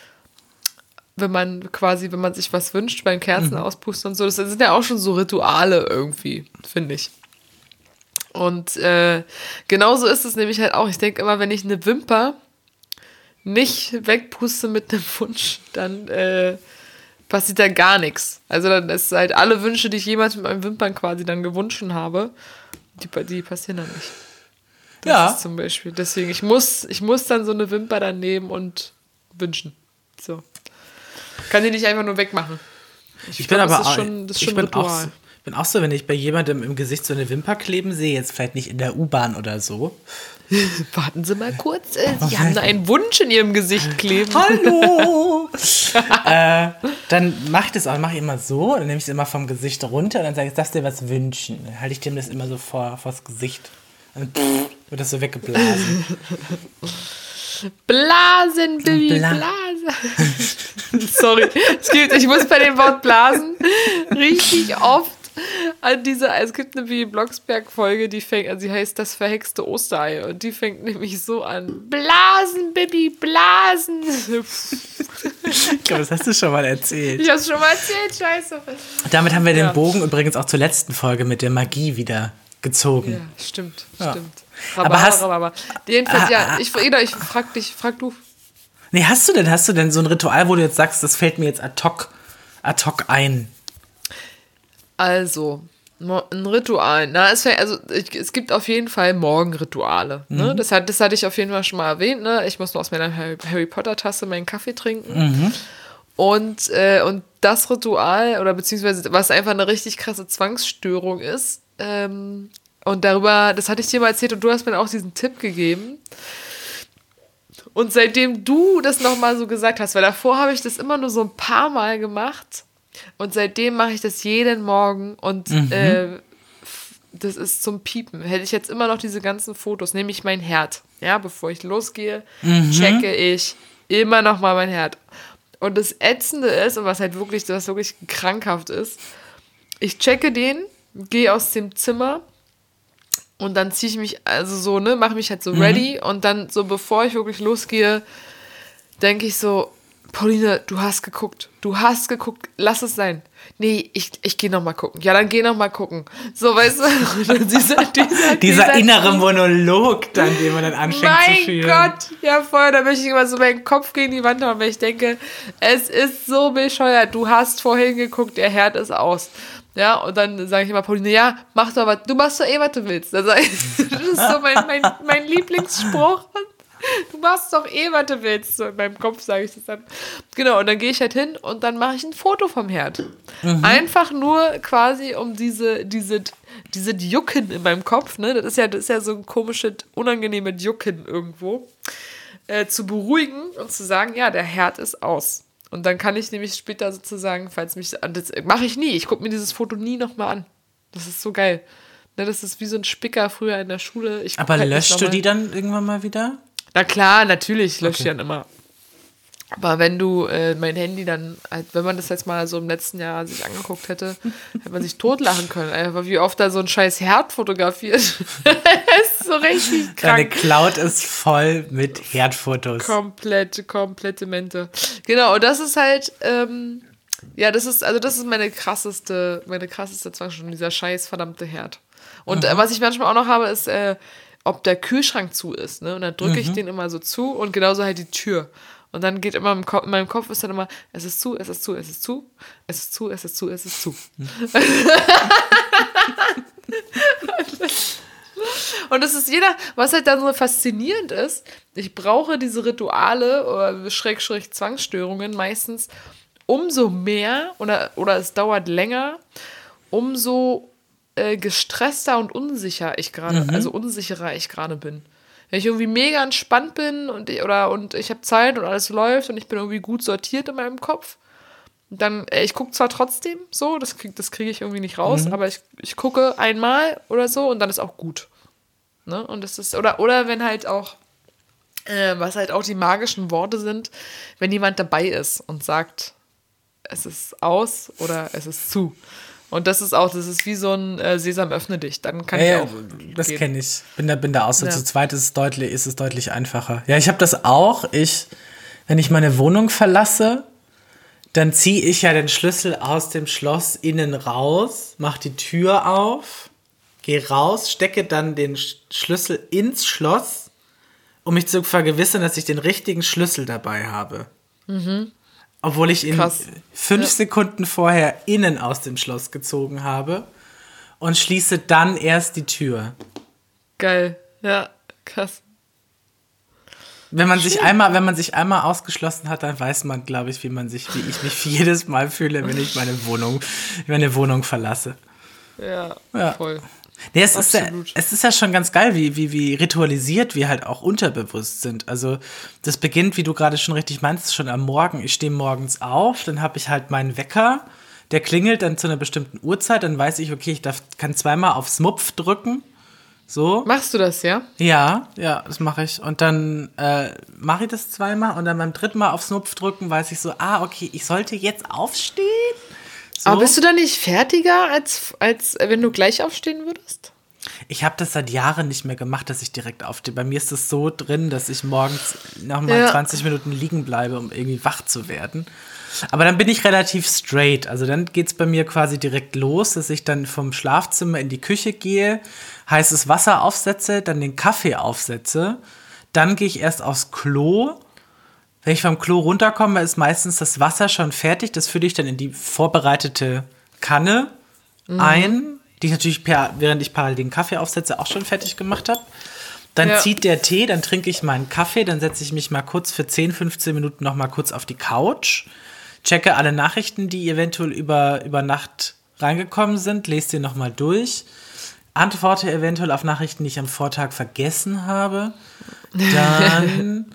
wenn man quasi, wenn man sich was wünscht beim Kerzen mhm. auspusten und so. Das sind ja auch schon so Rituale irgendwie, finde ich. Und äh, genauso ist es nämlich halt auch. Ich denke immer, wenn ich eine Wimper nicht wegpuste mit einem Wunsch, dann äh, passiert da gar nichts. Also dann ist halt alle Wünsche, die ich jemals mit meinen Wimpern quasi dann gewünscht habe, die, die passieren dann nicht. Das ja. ist zum Beispiel. Deswegen, ich muss, ich muss dann so eine Wimper dann nehmen und wünschen. So. Kann die nicht einfach nur wegmachen. Ich, ich glaub, bin aber das ist schon, das ist ich schon bin Ritual. auch so, bin auch so, wenn ich bei jemandem im Gesicht so eine Wimper kleben sehe, jetzt vielleicht nicht in der U-Bahn oder so. Warten Sie mal kurz, äh, Sie haben da einen Wunsch in Ihrem Gesicht kleben. Hallo! äh, dann mache ich das auch, mache ich immer so, dann nehme ich es immer vom Gesicht runter und dann sage ich, darfst du dir was wünschen? Dann halte ich dem das immer so vor, vors Gesicht. Und pff, wird das so weggeblasen. Blasen, Baby, Bla- Blasen. Sorry, es gibt, ich muss bei dem Wort Blasen richtig oft an diese, es gibt eine Bibi Blocksberg-Folge, die fängt, also sie heißt Das verhexte Osterei und die fängt nämlich so an. Blasen, Baby, Blasen. Ich glaube, das hast du schon mal erzählt. Ich hab's schon mal erzählt, scheiße. Damit haben wir ja. den Bogen übrigens auch zur letzten Folge mit der Magie wieder gezogen. Ja, stimmt, ja. stimmt. Aber hast, aber jedenfalls, ah, ja, ich, ich frag dich, frag du. Nee, hast du denn, hast du denn so ein Ritual, wo du jetzt sagst, das fällt mir jetzt ad hoc, ad hoc ein? Also, ein Ritual. Na, es, also, es gibt auf jeden Fall Morgenrituale. Ne? Mhm. Das, hat, das hatte ich auf jeden Fall schon mal erwähnt. Ne? Ich muss nur aus meiner Harry, Harry Potter-Tasse meinen Kaffee trinken. Mhm. Und, äh, und das Ritual, oder beziehungsweise was einfach eine richtig krasse Zwangsstörung ist, ähm, und darüber, das hatte ich dir mal erzählt und du hast mir auch diesen Tipp gegeben. Und seitdem du das nochmal so gesagt hast, weil davor habe ich das immer nur so ein paar Mal gemacht und seitdem mache ich das jeden Morgen und mhm. äh, das ist zum Piepen. Hätte ich jetzt immer noch diese ganzen Fotos, nehme ich mein Herd. Ja, bevor ich losgehe, mhm. checke ich immer noch mal mein Herd. Und das Ätzende ist, und was halt wirklich, was wirklich krankhaft ist, ich checke den, gehe aus dem Zimmer und dann ziehe ich mich, also so, ne, mache mich halt so ready mhm. und dann so, bevor ich wirklich losgehe, denke ich so, Pauline, du hast geguckt. Du hast geguckt. Lass es sein. Nee, ich, ich gehe noch mal gucken. Ja, dann geh noch mal gucken. So, weißt du, dieser, dieser, dieser, dieser innere Monolog, dann, den man dann anfängt mein zu fühlen. Mein Gott, ja voll, da möchte ich immer so meinen Kopf gegen die Wand haben, weil ich denke, es ist so bescheuert. Du hast vorhin geguckt, der Herd ist aus. Ja, und dann sage ich immer, Pauline, ja, mach doch was, du machst doch eh, was du willst. Das ist so mein, mein, mein Lieblingsspruch. Du machst doch eh, was du willst. So in meinem Kopf sage ich das dann. Genau, und dann gehe ich halt hin und dann mache ich ein Foto vom Herd. Mhm. Einfach nur quasi um diese, diese, diese Jucken in meinem Kopf, ne, das ist ja, das ist ja so ein komisches, unangenehmes Jucken irgendwo, äh, zu beruhigen und zu sagen, ja, der Herd ist aus. Und dann kann ich nämlich später sozusagen, falls mich, das mache ich nie, ich gucke mir dieses Foto nie nochmal an. Das ist so geil. Ne, das ist wie so ein Spicker früher in der Schule. Ich Aber halt löschst du die dann irgendwann mal wieder? Na klar, natürlich lösche Okay. ich dann immer. Aber wenn du äh, mein Handy dann, halt, wenn man das jetzt mal so im letzten Jahr sich angeguckt hätte, hätte man sich totlachen können. Einfach wie oft da so ein scheiß Herd fotografiert. Das ist so richtig Deine krank. Cloud ist voll mit Herdfotos. Komplette, komplette Mente. Genau, und das ist halt, ähm, ja, das ist, also das ist meine krasseste, meine krasseste Zwangsstörung, dieser scheiß verdammte Herd. Und Mhm. äh, was ich manchmal auch noch habe, ist, äh, ob der Kühlschrank zu ist, ne? Und dann drücke ich Mhm. den immer so zu und genauso halt die Tür. Und dann geht immer im Kopf, in meinem Kopf ist dann immer, es ist zu, es ist zu, es ist zu, es ist zu, es ist zu, es ist zu. Und das ist jeder, was halt dann so faszinierend ist, ich brauche diese Rituale oder Schrägstrich Zwangsstörungen meistens umso mehr oder, oder es dauert länger, umso äh, gestresster und unsicher ich gerade, Mhm. also unsicherer ich gerade bin. Wenn ich irgendwie mega entspannt bin und ich, oder, und ich habe Zeit und alles läuft und ich bin irgendwie gut sortiert in meinem Kopf, dann, äh, ich gucke zwar trotzdem so, das kriege das krieg ich irgendwie nicht raus, Mhm. aber ich, ich gucke einmal oder so und dann ist auch gut. Ne? Und das ist, oder, oder wenn halt auch, äh, was halt auch die magischen Worte sind, wenn jemand dabei ist und sagt, es ist aus oder es ist zu. Und das ist auch, das ist wie so ein äh, Sesam, öffne dich. Dann kann Ja, ich ja, auch. das gehen. kenne ich. Bin da, bin da auch so. Ja. Zu zweit ist es deutlich, ist es deutlich einfacher. Ja, ich habe das auch. Ich, wenn ich meine Wohnung verlasse, dann ziehe ich ja den Schlüssel aus dem Schloss innen raus, mache die Tür auf, gehe raus, stecke dann den Sch- Schlüssel ins Schloss, um mich zu vergewissern, dass ich den richtigen Schlüssel dabei habe. Mhm. Obwohl ich ihn Krass. fünf Ja. Sekunden vorher innen aus dem Schloss gezogen habe und schließe dann erst die Tür. Geil. Ja, krass. Wenn man sich einmal, wenn man sich einmal ausgeschlossen hat, dann weiß man, glaube ich, wie man sich, wie ich mich jedes Mal fühle, wenn ich meine Wohnung, meine Wohnung verlasse. Ja, Ja. voll. Nee, es ist, ja, Absolut. es ist ja schon ganz geil, wie, wie, wie ritualisiert wir halt auch unterbewusst sind. Also das beginnt, wie du gerade schon richtig meinst, schon am Morgen. Ich stehe morgens auf, dann habe ich halt meinen Wecker, der klingelt dann zu einer bestimmten Uhrzeit, dann weiß ich, okay, ich darf, kann zweimal auf Smupf drücken. So. Machst du das, ja? Ja, ja, das mache ich. Und dann äh, mache ich das zweimal und dann beim dritten Mal auf Knopf drücken, weiß ich so, ah, okay, ich sollte jetzt aufstehen. So. Aber bist du dann nicht fertiger, als, als wenn du gleich aufstehen würdest? Ich habe das seit Jahren nicht mehr gemacht, dass ich direkt aufstehe. Bei mir ist es so drin, dass ich morgens noch mal Ja. zwanzig Minuten liegen bleibe, um irgendwie wach zu werden. Aber dann bin ich relativ straight. Also dann geht es bei mir quasi direkt los, dass ich dann vom Schlafzimmer in die Küche gehe, heißes Wasser aufsetze, dann den Kaffee aufsetze. Dann gehe ich erst aufs Klo. Wenn ich vom Klo runterkomme, ist meistens das Wasser schon fertig. Das fülle ich dann in die vorbereitete Kanne ein, die ich natürlich, per, während ich parallel den Kaffee aufsetze, auch schon fertig gemacht habe. Dann Ja. zieht der Tee, dann trinke ich meinen Kaffee, dann setze ich mich mal kurz für zehn, fünfzehn Minuten noch mal kurz auf die Couch, checke alle Nachrichten, die eventuell über, über Nacht reingekommen sind, lese die noch mal durch, antworte eventuell auf Nachrichten, die ich am Vortag vergessen habe. Dann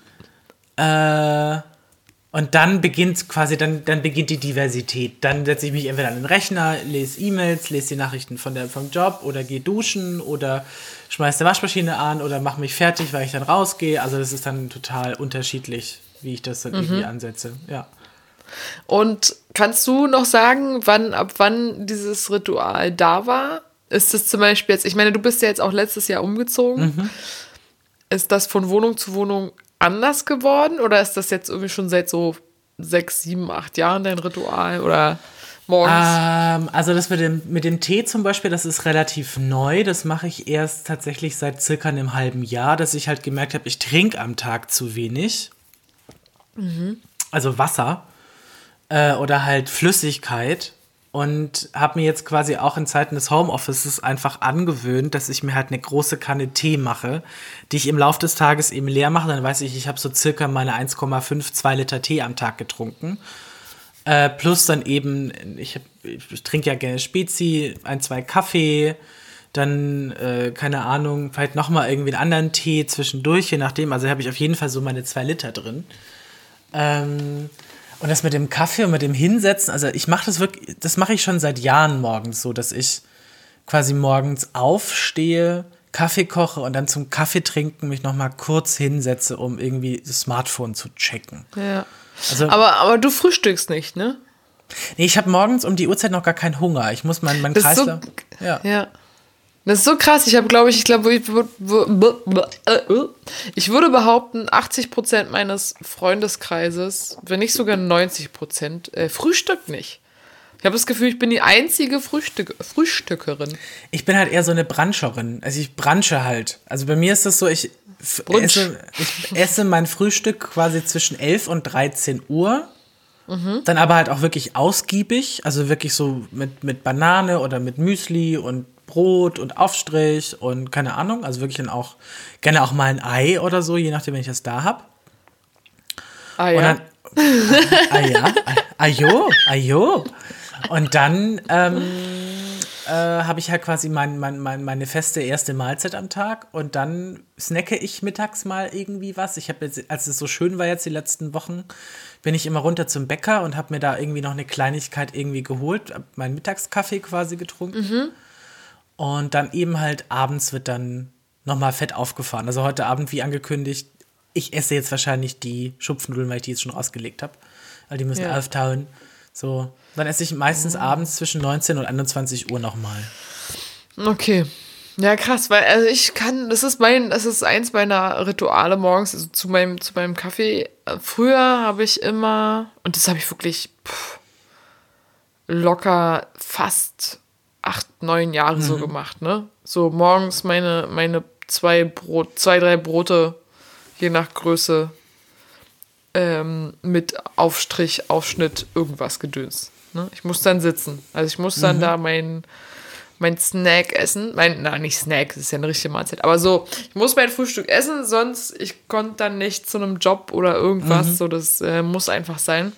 äh, und dann beginnt quasi, dann, dann beginnt die Diversität. Dann setze ich mich entweder an den Rechner, lese E-Mails, lese die Nachrichten von der, vom Job oder gehe duschen oder schmeiße die Waschmaschine an oder mache mich fertig, weil ich dann rausgehe. Also das ist dann total unterschiedlich, wie ich das dann irgendwie ansetze. Ja. Und kannst du noch sagen, wann, ab wann dieses Ritual da war? Ist es zum Beispiel jetzt, ich meine, du bist ja jetzt auch letztes Jahr umgezogen. Mhm. Ist das von Wohnung zu Wohnung anders geworden oder ist das jetzt irgendwie schon seit so sechs, sieben, acht Jahren dein Ritual oder morgens? Ähm, also das mit dem, mit dem Tee zum Beispiel, das ist relativ neu. Das mache ich erst tatsächlich seit circa einem halben Jahr, dass ich halt gemerkt habe, ich trinke am Tag zu wenig. Mhm. Also Wasser äh, oder halt Flüssigkeit. Und habe mir jetzt quasi auch in Zeiten des Homeoffices einfach angewöhnt, dass ich mir halt eine große Kanne Tee mache, die ich im Laufe des Tages eben leer mache. Dann weiß ich, ich habe so circa meine eins Komma fünf, zwei Liter Tee am Tag getrunken. Äh, plus dann eben, ich, hab, ich trinke ja gerne Spezi, ein, zwei Kaffee, dann, äh, keine Ahnung, vielleicht nochmal irgendwie einen anderen Tee zwischendurch, je nachdem. Also habe ich auf jeden Fall so meine zwei Liter drin. Ähm... Und das mit dem Kaffee und mit dem Hinsetzen, also ich mache das wirklich, das mache ich schon seit Jahren morgens so, dass ich quasi morgens aufstehe, Kaffee koche und dann zum Kaffee trinken mich nochmal kurz hinsetze, um irgendwie das Smartphone zu checken. Ja. Also, aber, aber du frühstückst nicht, ne? Nee, ich habe morgens um die Uhrzeit noch gar keinen Hunger. Ich muss meinen mein Kreislauf... So, ja. ja. Das ist so krass. Ich habe, glaube ich, ich glaube, ich, ich würde behaupten, achtzig Prozent meines Freundeskreises, wenn nicht sogar neunzig Prozent, äh, frühstückt nicht. Ich habe das Gefühl, ich bin die einzige Frühstück Frühstückerin. Ich bin halt eher so eine Brancherin. Also ich branche halt. Also bei mir ist das so, ich esse, ich esse mein Frühstück quasi zwischen elf und dreizehn Uhr. Mhm. Dann aber halt auch wirklich ausgiebig. Also wirklich so mit, mit Banane oder mit Müsli und Brot und Aufstrich und keine Ahnung, also wirklich dann auch gerne auch mal ein Ei oder so, je nachdem, wenn ich das da habe. Ah ja. Und dann, ah ja, ajo, ajo. Und dann ähm, äh, habe ich halt quasi mein, mein, mein, meine feste erste Mahlzeit am Tag und dann snacke ich mittags mal irgendwie was. Ich habe jetzt, als es so schön war jetzt die letzten Wochen, bin ich immer runter zum Bäcker und habe mir da irgendwie noch eine Kleinigkeit irgendwie geholt, hab meinen Mittagskaffee quasi getrunken. Mhm. Und dann eben halt abends wird dann nochmal fett aufgefahren. Also heute Abend, wie angekündigt, ich esse jetzt wahrscheinlich die Schupfnudeln, weil ich die jetzt schon rausgelegt habe. Weil die müssen ja auftauen. So, dann esse ich meistens oh. abends zwischen neunzehn und einundzwanzig Uhr nochmal. Okay. Ja, krass, weil also ich kann, das ist mein, das ist eins meiner Rituale morgens, also zu meinem, zu meinem Kaffee. Früher habe ich immer, und das habe ich wirklich pff, locker fast acht, neun Jahre mhm. so gemacht, ne? So morgens meine, meine zwei Brot, zwei, drei Brote, je nach Größe, ähm, mit Aufstrich, Aufschnitt, irgendwas Gedöns. Ne? Ich muss dann sitzen. Also ich muss dann mhm. da mein, mein Snack essen. Mein, na, nicht Snack, das ist ja eine richtige Mahlzeit. Aber so, ich muss mein Frühstück essen, sonst ich konnte dann nicht zu einem Job oder irgendwas. Mhm. So, das äh, muss einfach sein.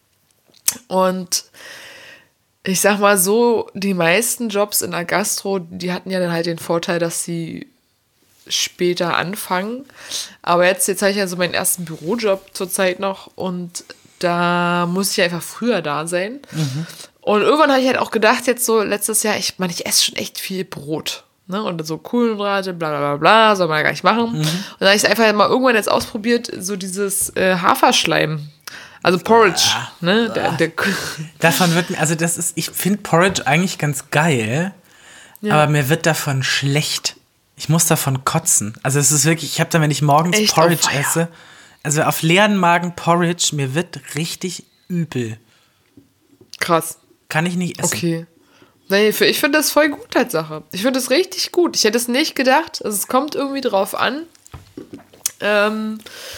Und ich sag mal so, die meisten Jobs in der Gastro, die hatten ja dann halt den Vorteil, dass sie später anfangen. Aber jetzt, jetzt habe ich also meinen ersten Bürojob zurzeit noch und da muss ich einfach früher da sein. Mhm. Und irgendwann habe ich halt auch gedacht, jetzt so letztes Jahr, ich meine, ich esse schon echt viel Brot. Ne? Und so Kohlenhydrate, bla bla bla bla, soll man ja gar nicht machen. Mhm. Und dann habe ich es einfach mal irgendwann jetzt ausprobiert, so dieses äh, Haferschleim. Also Porridge, ah, ne? Der, der davon wird mir, also das ist, ich finde Porridge eigentlich ganz geil, ja. aber mir wird davon schlecht. Ich muss davon kotzen. Also es ist wirklich, ich habe dann, wenn ich morgens Echt? Porridge oh, esse, also auf leeren Magen Porridge, mir wird richtig übel. Krass. Kann ich nicht essen. Okay. Nee, ich finde das voll gut, Tatsache. Ich finde das richtig gut. Ich hätte es nicht gedacht. Also es kommt irgendwie drauf an. Ähm,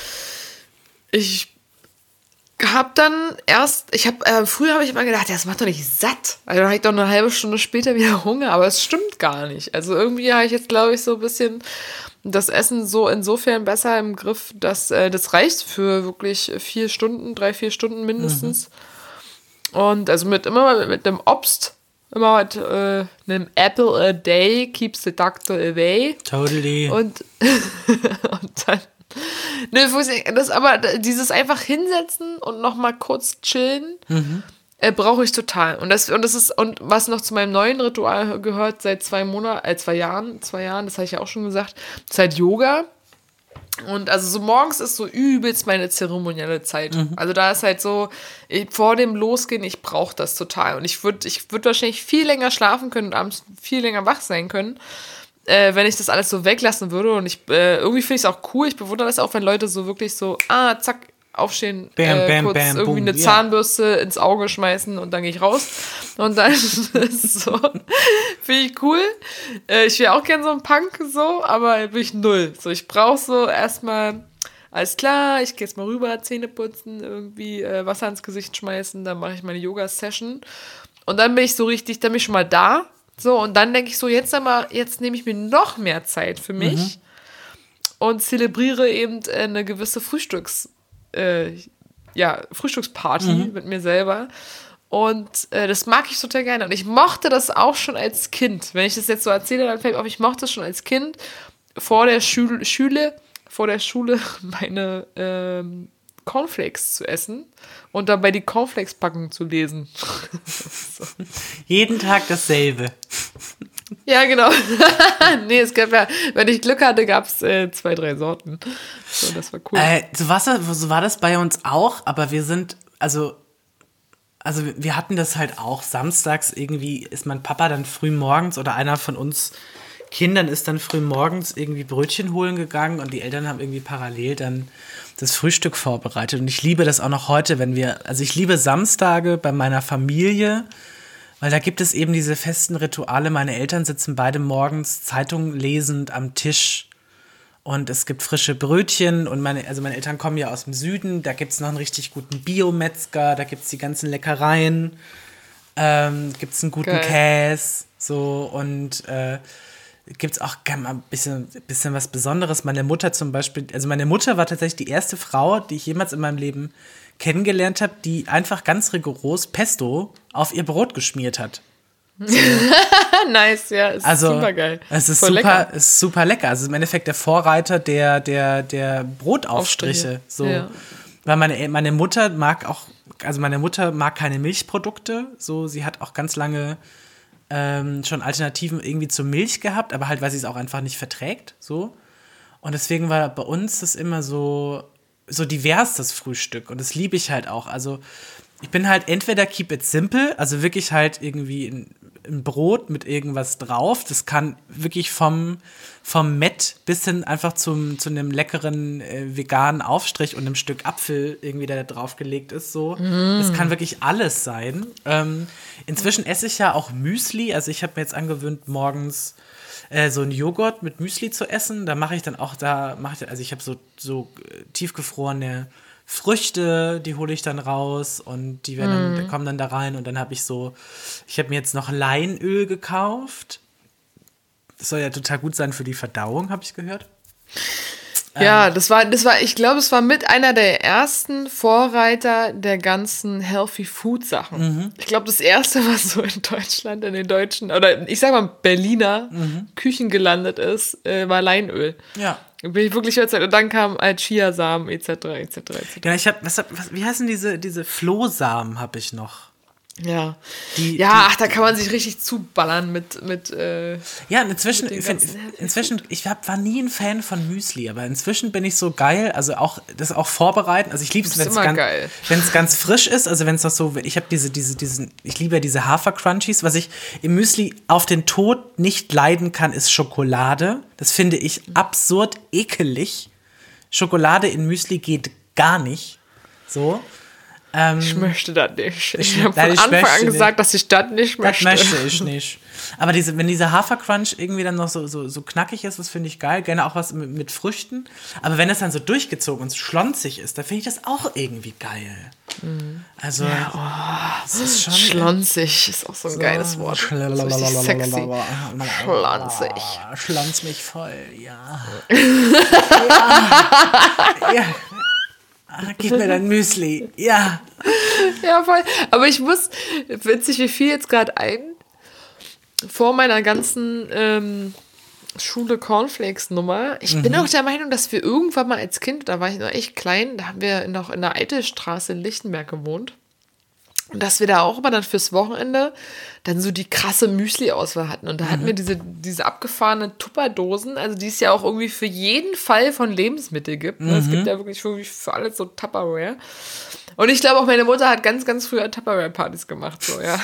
ich hab dann erst, ich habe äh, früher habe ich immer gedacht, ja, das macht doch nicht satt. Also dann habe ich doch eine halbe Stunde später wieder Hunger, aber es stimmt gar nicht. Also irgendwie habe ich jetzt, glaube ich, so ein bisschen das Essen so insofern besser im Griff, dass äh, das reicht für wirklich vier Stunden, drei, vier Stunden mindestens. Mhm. Und also mit immer mit, mit einem Obst, immer mit äh, einem Apple a day keeps the doctor away. Totally. Und, und dann Ne, das aber dieses einfach hinsetzen und noch mal kurz chillen, mhm. äh, brauche ich total. Und das und das ist und was noch zu meinem neuen Ritual gehört seit zwei Monaten, äh, zwei Jahren, zwei Jahren, das habe ich ja auch schon gesagt, seit Yoga. Und also so morgens ist so übelst meine zeremonielle Zeit. Mhm. Also da ist halt so, ich, vor dem Losgehen, ich brauche das total. Und ich würde ich würd wahrscheinlich viel länger schlafen können und abends viel länger wach sein können, Äh, wenn ich das alles so weglassen würde. Und ich äh, irgendwie finde ich es auch cool. Ich bewundere das auch, wenn Leute so wirklich so, ah, zack, aufstehen, Bam, äh, bam, kurz bam, irgendwie boom, eine ja. Zahnbürste ins Auge schmeißen und dann gehe ich raus. Und dann ist so, finde ich cool. Äh, ich wäre auch gern so ein Punk so, aber bin ich null. So, ich brauche so erstmal, alles klar, ich gehe jetzt mal rüber, Zähne putzen, irgendwie äh, Wasser ins Gesicht schmeißen, dann mache ich meine Yoga-Session. Und dann bin ich so richtig, dann bin ich schon mal da. So, und dann denke ich so, jetzt einmal, jetzt nehme ich mir noch mehr Zeit für mich mhm. und zelebriere eben eine gewisse Frühstücks, äh, ja, Frühstücksparty mhm. mit mir selber. Und äh, das mag ich total gerne. Und ich mochte das auch schon als Kind. Wenn ich das jetzt so erzähle, dann fällt mir auf, ich mochte es schon als Kind vor der Schule, Schule vor der Schule meine ähm, Cornflakes zu essen und dabei die Cornflakes-Packung zu lesen. So. Jeden Tag dasselbe. Ja, genau. Nee, es gab ja, wenn ich Glück hatte, gab es äh, zwei, drei Sorten. So, das war cool. Äh, so, was, so war das bei uns auch, aber wir sind, also, also wir hatten das halt auch. Samstags irgendwie ist mein Papa dann früh morgens oder einer von uns Kindern ist dann früh morgens irgendwie Brötchen holen gegangen und die Eltern haben irgendwie parallel dann das Frühstück vorbereitet. Und ich liebe das auch noch heute, wenn wir, also ich liebe Samstage bei meiner Familie, weil da gibt es eben diese festen Rituale. Meine Eltern sitzen beide morgens Zeitung lesend am Tisch und es gibt frische Brötchen und meine, also meine Eltern kommen ja aus dem Süden, da gibt es noch einen richtig guten Biometzger, da gibt es die ganzen Leckereien, ähm, gibt es einen guten Geil. Käse, so und äh, gibt es auch mal ein bisschen, bisschen was Besonderes. Meine Mutter zum Beispiel, also meine Mutter war tatsächlich die erste Frau, die ich jemals in meinem Leben kennengelernt habe, die einfach ganz rigoros Pesto auf ihr Brot geschmiert hat. So. Nice, ja, ist also, super geil. Es ist Voll super, lecker. ist super lecker. Also im Endeffekt der Vorreiter der, der, der Brotaufstriche. So. Ja. Weil meine, meine Mutter mag auch, also meine Mutter mag keine Milchprodukte. So, sie hat auch ganz lange ähm, schon Alternativen irgendwie zur Milch gehabt, aber halt, weil sie es auch einfach nicht verträgt. So. Und deswegen war bei uns das immer so, so divers, das Frühstück. Und das liebe ich halt auch. Also ich bin halt entweder keep it simple, also wirklich halt irgendwie ein, ein Brot mit irgendwas drauf. Das kann wirklich vom, vom Mett bis hin einfach zum, zu einem leckeren äh, veganen Aufstrich und einem Stück Apfel irgendwie, der da draufgelegt ist. So. Mm. Das kann wirklich alles sein. Ähm, inzwischen esse ich ja auch Müsli. Also ich habe mir jetzt angewöhnt, morgens äh, so einen Joghurt mit Müsli zu essen. Da mache ich dann auch, da mache ich, also ich habe so, so tiefgefrorene Früchte, die hole ich dann raus und die werden mm. dann, kommen dann da rein und dann habe ich so, ich habe mir jetzt noch Leinöl gekauft. Das soll ja total gut sein für die Verdauung, habe ich gehört. Ja, das war, das war, ich glaube, es war mit einer der ersten Vorreiter der ganzen Healthy Food Sachen. Mhm. Ich glaube, das erste, was so in Deutschland, in den deutschen, oder ich sag mal Berliner mhm. Küchen gelandet ist, äh, war Leinöl. Ja. Bin ich wirklich überzeugt. Und dann kam halt Chiasamen, et cetera, et cetera, et cetera. Ja, ich hab, was, was, wie heißen diese, diese Flohsamen habe ich noch? Ja, die, ja, die, ach, da kann man sich richtig zuballern mit, mit äh, ja, inzwischen, mit find, inzwischen, ich hab, war nie ein Fan von Müsli, aber inzwischen bin ich so geil, also auch, das auch vorbereiten, also ich liebe es, wenn es ganz, wenn es ganz frisch ist, also wenn es noch so, ich habe diese, diese, diesen, ich liebe ja diese Hafer-Crunchies, was ich im Müsli auf den Tod nicht leiden kann, ist Schokolade, das finde ich absurd ekelig, Schokolade in Müsli geht gar nicht, so. Ähm, ich möchte das nicht. Ich habe von Anfang an gesagt, nicht. dass ich das nicht möchte. Das möchte ich nicht. Aber diese, wenn dieser Hafercrunch irgendwie dann noch so, so, so knackig ist, das finde ich geil. Gerne auch was mit, mit Früchten. Aber wenn es dann so durchgezogen und so schlonzig ist, dann finde ich das auch irgendwie geil. Mhm. Also, ja, oh, das ist schon schlonzig ist auch so ein so geiles Wort. So richtig sexy. Schlonzig. Schlonz mich voll, ja. ja. ja. Gib mir dein Müsli, ja. Ja, voll. Aber ich muss, witzig, wie viel jetzt gerade ein, vor meiner ganzen ähm, Schule Cornflakes-Nummer. Ich mhm. bin auch der Meinung, dass wir irgendwann mal als Kind, da war ich noch echt klein, da haben wir noch in der Eitelstraße in Lichtenberg gewohnt. Und dass wir da auch immer dann fürs Wochenende dann so die krasse Müsli-Auswahl hatten. Und da mhm. hatten wir diese, diese abgefahrenen Tupperdosen, also die es ja auch irgendwie für jeden Fall von Lebensmitteln gibt. Ne? Mhm. Es gibt ja wirklich für, für alles so Tupperware. Und ich glaube auch, meine Mutter hat ganz, ganz früher Tupperware-Partys gemacht, so, ja.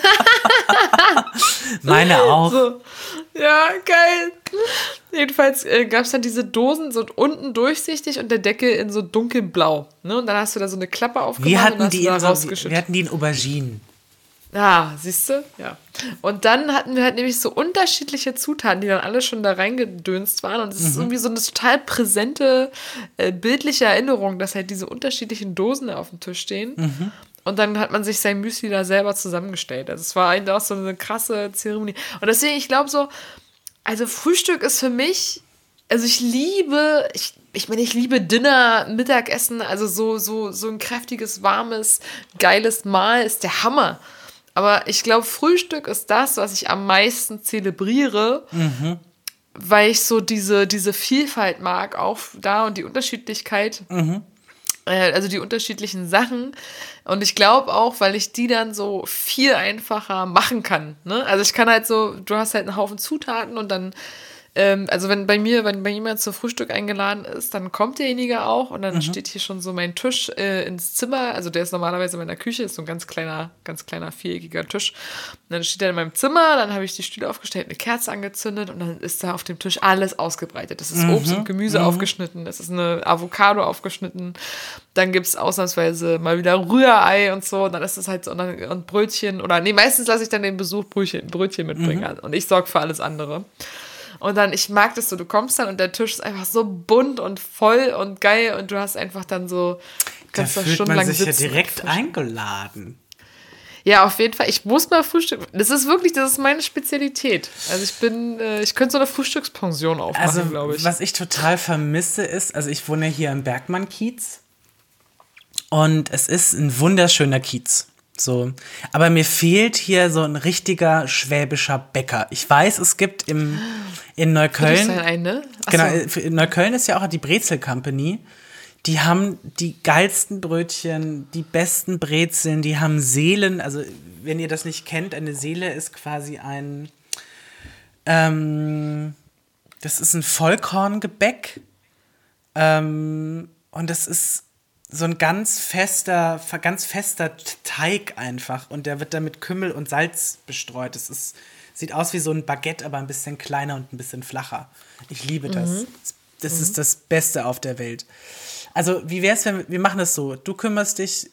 Meine auch. So. Ja, geil. Jedenfalls äh, gab es dann diese Dosen, so unten durchsichtig und der Deckel in so dunkelblau. Ne? Und dann hast du da so eine Klappe aufgemacht Wir und hatten, hast die du da in so, rausgeschüttet. wir hatten die in Auberginen. Ah, siehst du? Ja. Und dann hatten wir halt nämlich so unterschiedliche Zutaten, die dann alle schon da reingedönst waren. Und es ist irgendwie so eine total präsente, äh, bildliche Erinnerung, dass halt diese unterschiedlichen Dosen da auf dem Tisch stehen. Mhm. Und dann hat man sich sein Müsli da selber zusammengestellt. Also es war eigentlich auch so eine krasse Zeremonie. Und deswegen, ich glaube so, also Frühstück ist für mich, also ich liebe, ich, ich meine, ich liebe Dinner, Mittagessen, also so, so, so ein kräftiges, warmes, geiles Mahl ist der Hammer. Aber ich glaube, Frühstück ist das, was ich am meisten zelebriere, mhm. weil ich so diese, diese Vielfalt mag, auch da und die Unterschiedlichkeit, mhm. äh, also die unterschiedlichen Sachen. Und ich glaube auch, weil ich die dann so viel einfacher machen kann. Ne? Also ich kann halt so, du hast halt einen Haufen Zutaten und dann Ähm, also wenn bei mir, wenn bei jemand zum Frühstück eingeladen ist, dann kommt derjenige auch und dann mhm. steht hier schon so mein Tisch äh, ins Zimmer, also der ist normalerweise in meiner Küche, ist so ein ganz kleiner, ganz kleiner viereckiger Tisch. Und dann steht er in meinem Zimmer, dann habe ich die Stühle aufgestellt, eine Kerze angezündet und dann ist da auf dem Tisch alles ausgebreitet. Das ist mhm. Obst und Gemüse mhm. aufgeschnitten, das ist eine Avocado aufgeschnitten, dann gibt es ausnahmsweise mal wieder Rührei und so und dann ist es halt so und, dann, und Brötchen oder nee, meistens lasse ich dann den Besuch Brötchen, Brötchen mitbringen mhm. und ich sorge für alles andere. Und dann, ich mag das so, du kommst dann und der Tisch ist einfach so bunt und voll und geil und du hast einfach dann so, kannst da da fühlt stundenlang man sich sitzen. Ja direkt eingeladen. Ja, auf jeden Fall. Ich muss mal frühstücken. Das ist wirklich, das ist meine Spezialität. Also ich bin, ich könnte so eine Frühstückspension aufmachen, also, glaube ich. Was ich total vermisse ist, also ich wohne hier im Bergmann-Kiez und es ist ein wunderschöner Kiez. So. Aber mir fehlt hier so ein richtiger schwäbischer Bäcker. Ich weiß, es gibt im, in Neukölln. Ein, ne? Genau, in Neukölln ist ja auch die Brezel Company. Die haben die geilsten Brötchen, die besten Brezeln, die haben Seelen. Also, wenn ihr das nicht kennt, eine Seele ist quasi ein. Ähm, das ist ein Vollkorngebäck. Ähm, und das ist so ein ganz fester, ganz fester Teig einfach. Und der wird dann mit Kümmel und Salz bestreut. Das ist, sieht aus wie so ein Baguette, aber ein bisschen kleiner und ein bisschen flacher. Ich liebe das. Mhm. Das mhm. ist das Beste auf der Welt. Also, wie wär's, wenn wir, wir machen das so? Du kümmerst dich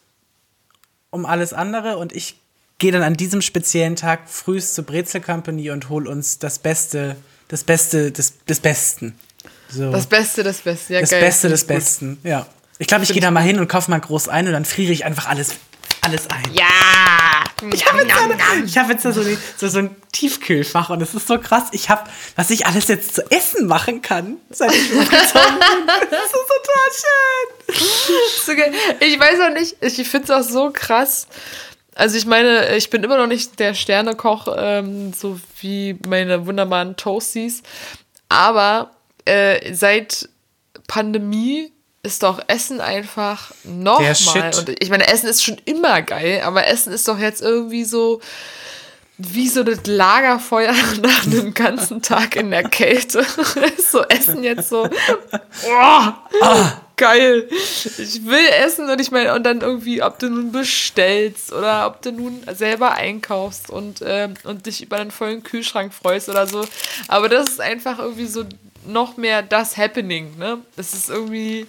um alles andere und ich gehe dann an diesem speziellen Tag frühst zur Brezel Company und hol uns das Beste, das Beste des, des Besten. So. Das Beste des Besten, ja, das geil. Das Beste des Besten, gut. Ja. Ich glaube, ich gehe da mal hin und kaufe mal groß ein und dann friere ich einfach alles, alles ein. Ja! Ich habe jetzt, eine, ich hab jetzt da so, die, so, so ein Tiefkühlfach und es ist so krass. Ich habe, was ich alles jetzt zu essen machen kann, seit ich umgezogen bin. Das ist total schön. So geil. Ich weiß auch nicht, ich finde es auch so krass. Also ich meine, ich bin immer noch nicht der Sternekoch, ähm, so wie meine wunderbaren Toasties. Aber äh, seit Pandemie ist doch Essen einfach nochmal. Und ich meine, Essen ist schon immer geil, aber Essen ist doch jetzt irgendwie so wie so das Lagerfeuer nach einem ganzen Tag in der Kälte. So Essen jetzt so, oh, oh, geil. Ich will essen und ich meine, und dann irgendwie, ob du nun bestellst oder ob du nun selber einkaufst und, ähm, und dich über einen vollen Kühlschrank freust oder so. Aber das ist einfach irgendwie so noch mehr das Happening, ne? Das ist irgendwie,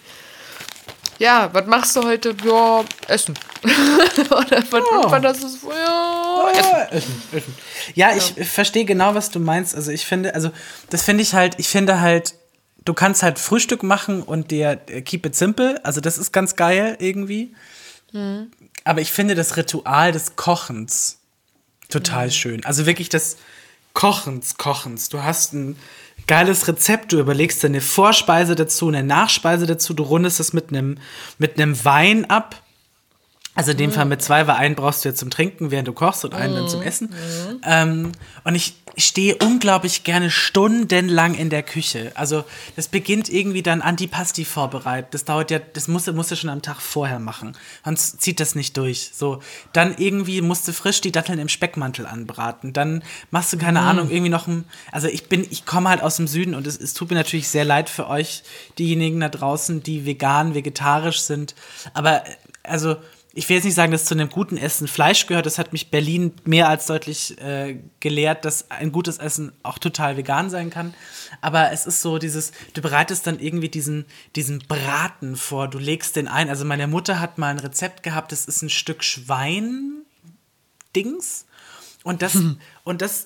ja, was machst du heute? Ja, essen. Oder was, oh. was das ist, ja, essen. Essen, essen. Ja, ich ja. verstehe genau, was du meinst. Also ich finde, also das finde ich halt, ich finde halt, du kannst halt Frühstück machen und dir keep it simple. Also das ist ganz geil irgendwie. Mhm. Aber ich finde das Ritual des Kochens total mhm. schön. Also wirklich das Kochens, Kochens. Du hast ein geiles Rezept, du überlegst dir eine Vorspeise dazu, eine Nachspeise dazu, du rundest es mit einem mit einem Wein ab. Also in dem mm. Fall mit zwei, weil einen brauchst du jetzt zum Trinken, während du kochst und einen mm. dann zum Essen. Mm. Ähm, und ich stehe unglaublich gerne stundenlang in der Küche. Also das beginnt irgendwie dann Antipasti vorbereitet. Das dauert ja, das musst du, musst du schon am Tag vorher machen. Sonst zieht das nicht durch. So, dann irgendwie musst du frisch die Datteln im Speckmantel anbraten. Dann machst du, keine mm. Ahnung, irgendwie noch ein, also ich bin, ich komme halt aus dem Süden und es, es tut mir natürlich sehr leid für euch, diejenigen da draußen, die vegan, vegetarisch sind. Aber also ich will jetzt nicht sagen, dass zu einem guten Essen Fleisch gehört. Das hat mich Berlin mehr als deutlich äh, gelehrt, dass ein gutes Essen auch total vegan sein kann. Aber es ist so dieses, du bereitest dann irgendwie diesen, diesen Braten vor, du legst den ein. Also meine Mutter hat mal ein Rezept gehabt, das ist ein Stück Schwein-Dings. Und das, hm. und das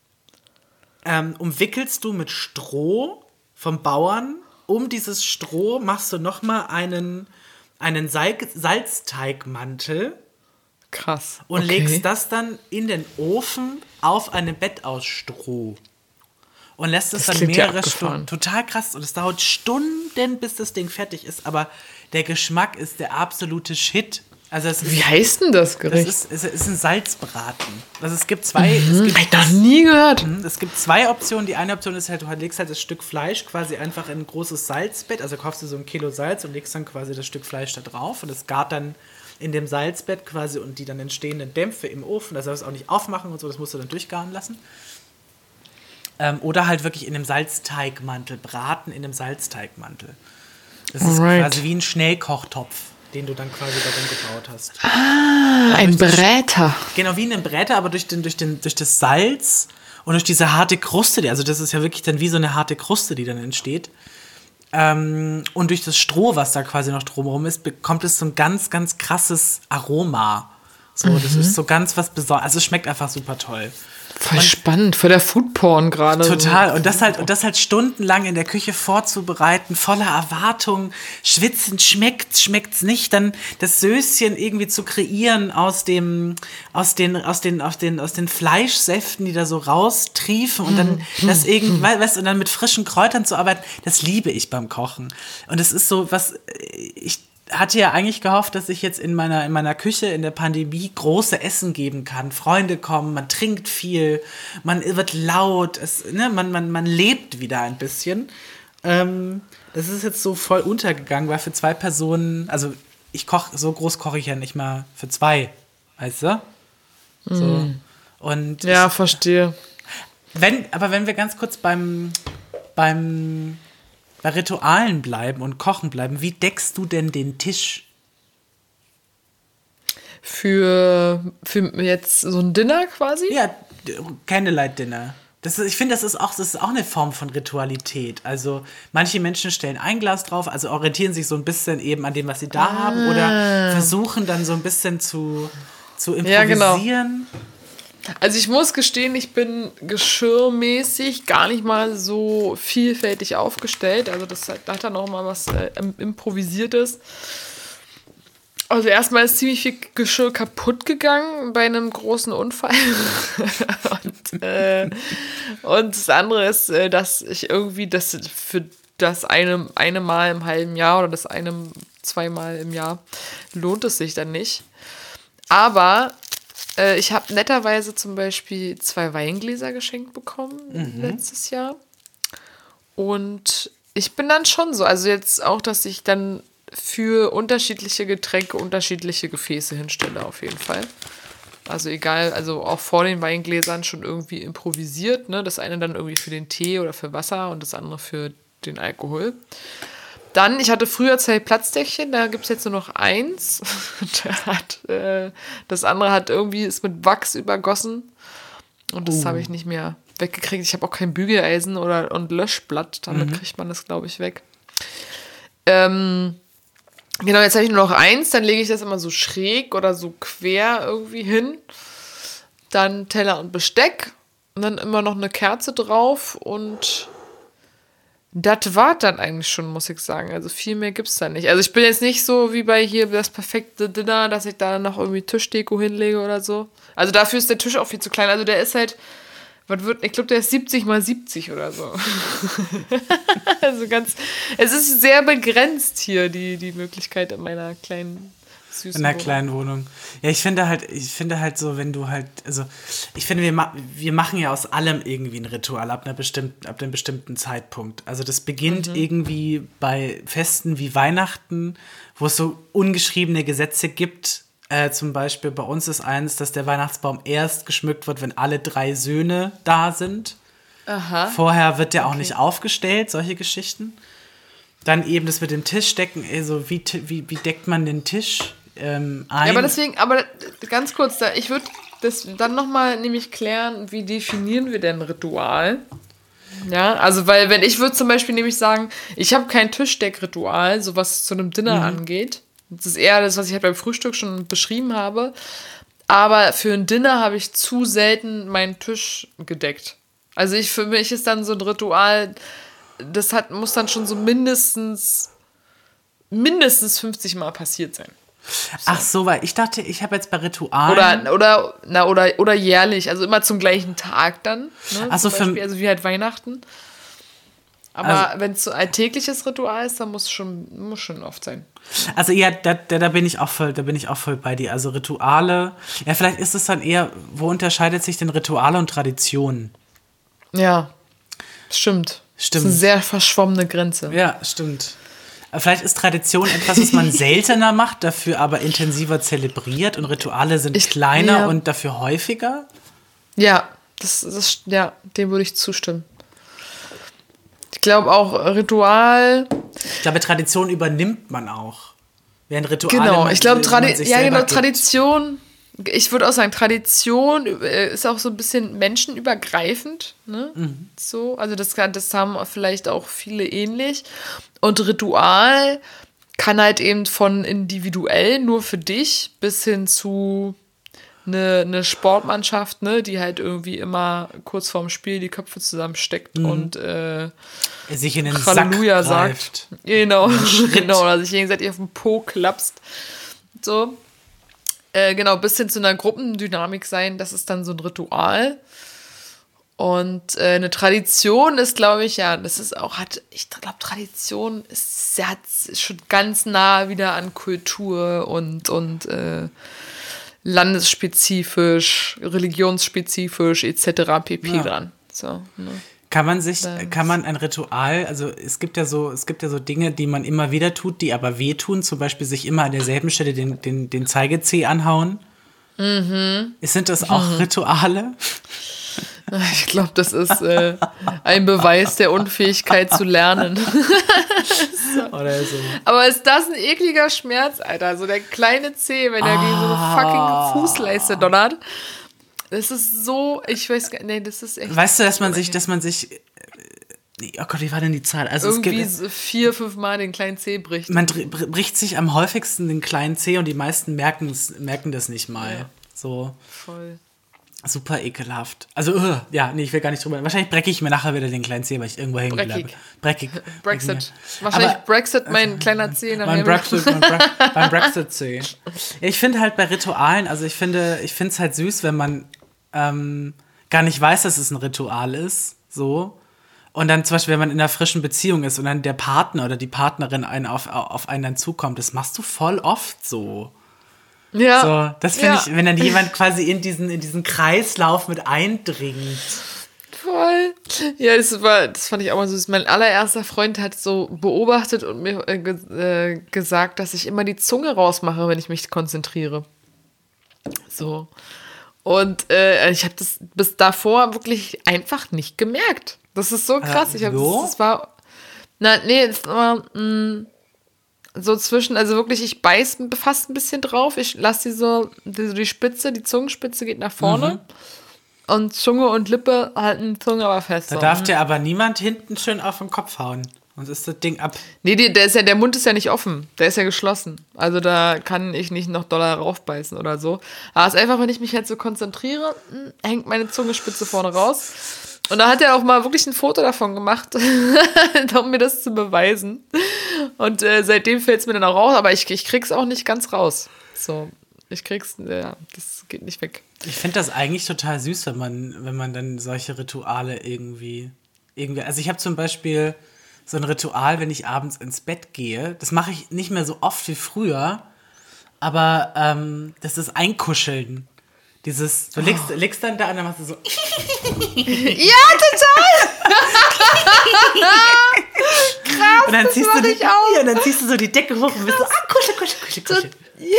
ähm, umwickelst du mit Stroh vom Bauern. Um dieses Stroh machst du nochmal einen einen Salz- Salzteigmantel. Krass. Und okay. legst das dann in den Ofen auf einem Bett aus Stroh. Und lässt es dann mehrere Stunden. Total krass. Und es dauert Stunden, bis das Ding fertig ist. Aber der Geschmack ist der absolute Shit. Also es ist, Wie heißt denn das Gericht? Das ist, es ist ein Salzbraten. Also es gibt zwei. Mhm, es gibt, hab ich noch nie gehört. Es gibt zwei Optionen. Die eine Option ist halt, du legst halt das Stück Fleisch quasi einfach in ein großes Salzbett. Also kaufst du so ein Kilo Salz und legst dann quasi das Stück Fleisch da drauf. Und es gart dann in dem Salzbett quasi und die dann entstehenden Dämpfe im Ofen. Das sollst du auch nicht aufmachen und so. Das musst du dann durchgaren lassen. Ähm, oder halt wirklich in einem Salzteigmantel. Braten in einem Salzteigmantel. Das ist Alright. quasi wie ein Schnellkochtopf, den du dann quasi darin gebaut hast. Ah, ein Bräter. Genau, wie ein Bräter, aber durch, den, durch, den, durch das Salz und durch diese harte Kruste, die, also das ist ja wirklich dann wie so eine harte Kruste, die dann entsteht. Ähm, und durch das Stroh, was da quasi noch drumherum ist, bekommt es so ein ganz, ganz krasses Aroma. So, mhm. Das ist so ganz was Besonderes. Also es schmeckt einfach super toll. Voll und spannend, für der Foodporn gerade. Total. Und das halt, und das halt stundenlang in der Küche vorzubereiten, voller Erwartung, schwitzend, schmeckt's, schmeckt's nicht, dann das Söschen irgendwie zu kreieren aus dem, aus den, aus den, aus den, aus den Fleischsäften, die da so raustriefen und dann das irgendwie, weißt du, und dann mit frischen Kräutern zu arbeiten, das liebe ich beim Kochen. Und es ist so, was, ich hatte ja eigentlich gehofft, dass ich jetzt in meiner, in meiner Küche in der Pandemie große Essen geben kann. Freunde kommen, man trinkt viel, man wird laut, es, ne, man, man, man lebt wieder ein bisschen. Ähm, das ist jetzt so voll untergegangen, weil für zwei Personen, also ich koche, so groß koche ich ja nicht mal für zwei, weißt du? So. Mm. Und ja, ich, verstehe. Wenn, aber wenn wir ganz kurz beim, beim bei Ritualen bleiben und Kochen bleiben, wie deckst du denn den Tisch? Für, für jetzt so ein Dinner quasi? Ja, Candlelight-Dinner. Das ist, ich finde, das ist auch, das ist auch eine Form von Ritualität. Also manche Menschen stellen ein Glas drauf, also orientieren sich so ein bisschen eben an dem, was sie da ah. haben, oder versuchen dann so ein bisschen zu, zu improvisieren. Ja, genau. Also ich muss gestehen, ich bin geschirrmäßig gar nicht mal so vielfältig aufgestellt. Also das hat, hat dann auch mal was äh, Improvisiertes. Also erstmal ist ziemlich viel Geschirr kaputt gegangen bei einem großen Unfall. und, äh, und das andere ist, äh, dass ich irgendwie das für das eine, eine Mal im halben Jahr oder das eine zweimal im Jahr lohnt es sich dann nicht. Aber ich habe netterweise zum Beispiel zwei Weingläser geschenkt bekommen mhm. letztes Jahr. Und ich bin dann schon so, also jetzt auch, dass ich dann für unterschiedliche Getränke unterschiedliche Gefäße hinstelle auf jeden Fall. Also egal, also auch vor den Weingläsern schon irgendwie improvisiert, ne? Das eine dann irgendwie für den Tee oder für Wasser und das andere für den Alkohol. Dann, ich hatte früher zwei Platzdeckchen, da gibt es jetzt nur noch eins. Der hat, äh, das andere hat irgendwie, ist mit Wachs übergossen. Und das uh. habe ich nicht mehr weggekriegt. Ich habe auch kein Bügeleisen oder und Löschblatt. Damit mhm. kriegt man das, glaube ich, weg. Ähm, genau, jetzt habe ich nur noch eins. Dann lege ich das immer so schräg oder so quer irgendwie hin. Dann Teller und Besteck. Und dann immer noch eine Kerze drauf und das war dann eigentlich schon, muss ich sagen. Also viel mehr gibt's da nicht. Also ich bin jetzt nicht so wie bei hier das perfekte Dinner, dass ich da noch irgendwie Tischdeko hinlege oder so. Also dafür ist der Tisch auch viel zu klein. Also der ist halt, was wird, ich glaube, der ist siebzig mal siebzig oder so. Also ganz, es ist sehr begrenzt hier, die, die Möglichkeit in meiner kleinen In einer kleinen Wohnung. Ja, ich finde halt, ich finde halt so, wenn du halt, also ich finde, wir, ma- wir machen ja aus allem irgendwie ein Ritual ab einer bestimmten, ab einem bestimmten Zeitpunkt. Also das beginnt mhm. irgendwie bei Festen wie Weihnachten, wo es so ungeschriebene Gesetze gibt. Äh, zum Beispiel bei uns ist eins, dass der Weihnachtsbaum erst geschmückt wird, wenn alle drei Söhne da sind. Aha. Vorher wird der okay. auch nicht aufgestellt, solche Geschichten. Dann eben das mit dem Tischdecken, also wie, wie, wie deckt man den Tisch? ähm, ein... Ja, aber deswegen, aber ganz kurz, da, ich würde das dann nochmal nämlich klären, wie definieren wir denn Ritual? Ja, also weil, wenn ich würde zum Beispiel nämlich sagen, ich habe kein Tischdeckritual, so was zu einem Dinner mhm. angeht. Das ist eher das, was ich halt beim Frühstück schon beschrieben habe. Aber für ein Dinner habe ich zu selten meinen Tisch gedeckt. Also ich, für mich ist dann so ein Ritual, das hat, muss dann schon so mindestens, mindestens fünfzig Mal passiert sein. So. Ach so, weil ich dachte, ich habe jetzt bei Ritualen... Oder, oder, na, oder, oder jährlich, also immer zum gleichen Tag dann. Ne? Ach so, Zum Beispiel, also wie halt Weihnachten. Aber also, wenn es so ein alltägliches Ritual ist, dann muss es schon, muss schon oft sein. Also ja, da, da, da bin ich auch voll, da bin ich auch voll bei dir. Also Rituale, ja, vielleicht ist es dann eher, wo unterscheidet sich denn Rituale und Traditionen? Ja, stimmt. Stimmt. Das ist eine sehr verschwommene Grenze. Ja, stimmt. Vielleicht ist Tradition etwas, was man seltener macht, dafür aber intensiver zelebriert und Rituale sind ich, kleiner ja. und dafür häufiger? Ja, das, das, ja, dem würde ich zustimmen. Ich glaube auch Ritual... Ich glaube, Tradition übernimmt man auch. Während Rituale... Genau, ich glaube, Tradi- ja, genau, Tradition... Ich würde auch sagen, Tradition ist auch so ein bisschen menschenübergreifend. Ne? Mhm. So, also das, das haben vielleicht auch viele ähnlich. Und Ritual kann halt eben von individuell nur für dich bis hin zu eine, eine Sportmannschaft, ne, die halt irgendwie immer kurz vorm Spiel die Köpfe zusammensteckt mhm. und äh, sich in den Halleluja Sack greift. Sagt. Genau, genau, oder sich gegenseitig auf den Po klapst. So. Äh, genau, bis hin zu einer Gruppendynamik sein, das ist dann so ein Ritual. Und äh, eine Tradition ist, glaube ich, ja, das ist auch, hat, ich glaube, Tradition ist, ja, ist schon ganz nah wieder an Kultur und, und äh, landesspezifisch, religionsspezifisch et cetera pp. Ja. Dran. So, ne? Kann man sich, kann man ein Ritual, also es gibt ja so, es gibt ja so Dinge, die man immer wieder tut, die aber wehtun, zum Beispiel sich immer an derselben Stelle den, den, den Zeigezeh anhauen. Mhm. Sind das auch mhm. Rituale? Ich glaube, das ist äh, ein Beweis der Unfähigkeit zu lernen. So. Oder so. Aber ist das ein ekliger Schmerz, Alter? So der kleine Zeh, wenn er ah. gegen so eine fucking Fußleiste donnert. Das ist so, ich weiß gar nicht, nee, das ist echt... Weißt du, dass man sich, dass man sich, oh Gott, wie war denn die Zahl? Also irgendwie es gibt, vier, fünf Mal den kleinen Zeh bricht. Man bricht sich am häufigsten den kleinen Zeh und die meisten merken das nicht mal. Ja. So. Voll. Super ekelhaft. Also, uh, ja, nee, ich will gar nicht drüber. Wahrscheinlich brecke ich mir nachher wieder den kleinen Zeh, weil ich irgendwo hängen bleibe. Breckig. Brexit. Wahrscheinlich Aber, Brexit, mein äh, kleiner Zeh. Mein Brexit, mein, Bre- mein Brexit-Zeh. Ich finde halt bei Ritualen, also ich finde ich finde es halt süß, wenn man ähm, gar nicht weiß, dass es ein Ritual ist, so. Und dann zum Beispiel, wenn man in einer frischen Beziehung ist und dann der Partner oder die Partnerin einen auf, auf einen dann zukommt, das machst du voll oft so. Ja. So, das finde ja. ich, wenn dann jemand quasi in diesen, in diesen Kreislauf mit eindringt. Voll. Ja, das war, das fand ich auch mal süß. Mein allererster Freund hat so beobachtet und mir äh, ge- äh, gesagt, dass ich immer die Zunge rausmache, wenn ich mich konzentriere. So. Und äh, ich habe das bis davor wirklich einfach nicht gemerkt. Das ist so krass. Äh, ich hab, so? das, das war, na, nee, das war, mh, so zwischen, also wirklich, ich beiß fast ein bisschen drauf. Ich lasse die so, die, die Spitze, die Zungenspitze geht nach vorne. Mhm. Und Zunge und Lippe halten die Zunge aber fest. Da so. darf dir aber niemand hinten schön auf den Kopf hauen. Sonst ist das Ding ab. Nee, die, der, ist ja, der Mund ist ja nicht offen. Der ist ja geschlossen. Also da kann ich nicht noch doller raufbeißen oder so. Aber es ist einfach, wenn ich mich jetzt so konzentriere, hängt meine Zungenspitze vorne raus. Und da hat er auch mal wirklich ein Foto davon gemacht, um mir das zu beweisen. Und äh, seitdem fällt es mir dann auch raus, aber ich, ich krieg's auch nicht ganz raus. So, ich krieg's, ja, das geht nicht weg. Ich finde das eigentlich total süß, wenn man, wenn man dann solche Rituale irgendwie, irgendwie, also ich habe zum Beispiel so ein Ritual, wenn ich abends ins Bett gehe, das mache ich nicht mehr so oft wie früher, aber ähm, das ist Einkuscheln. Dieses, du legst, oh. legst dann da und dann machst du so. Ja, total! Krass, und dann das ziehst mach du die, ich auch. Ja, und dann ziehst du so die Decke hoch und bist so, ah, kuschel, kuschel, kuschel, kuschel.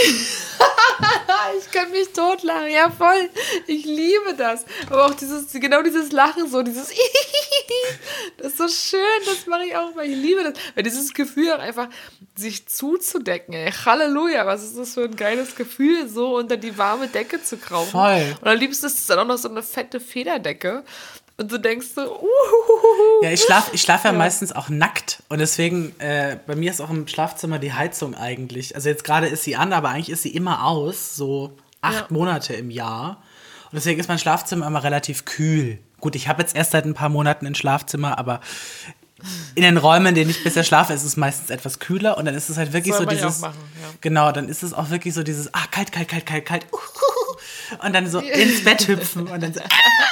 Ich kann mich totlachen, ja voll. Ich liebe das. Aber auch dieses, genau dieses Lachen, so dieses das so schön, das mache ich auch, weil ich liebe das. Weil dieses Gefühl auch einfach, sich zuzudecken, ey. Halleluja, was ist das für ein geiles Gefühl, so unter die warme Decke zu krauchen. Voll. Und am liebsten ist es dann auch noch so eine fette Federdecke. Und du denkst so, uhuhuhu. Ja, ich schlafe ich schlaf ja, ja meistens auch nackt. Und deswegen, äh, bei mir ist auch im Schlafzimmer die Heizung eigentlich. Also jetzt gerade ist sie an, aber eigentlich ist sie immer aus, so acht ja. Monate im Jahr. Und deswegen ist mein Schlafzimmer immer relativ kühl. Gut, ich habe jetzt erst seit ein paar Monaten ein Schlafzimmer, aber in den Räumen, in denen ich bisher schlafe, ist es meistens etwas kühler. Und dann ist es halt wirklich Soll so man dieses... ja auch machen, ja. Genau, dann ist es auch wirklich so dieses, ah, kalt, kalt, kalt, kalt, kalt. Uhuhu. Und dann so ins Bett hüpfen und dann so...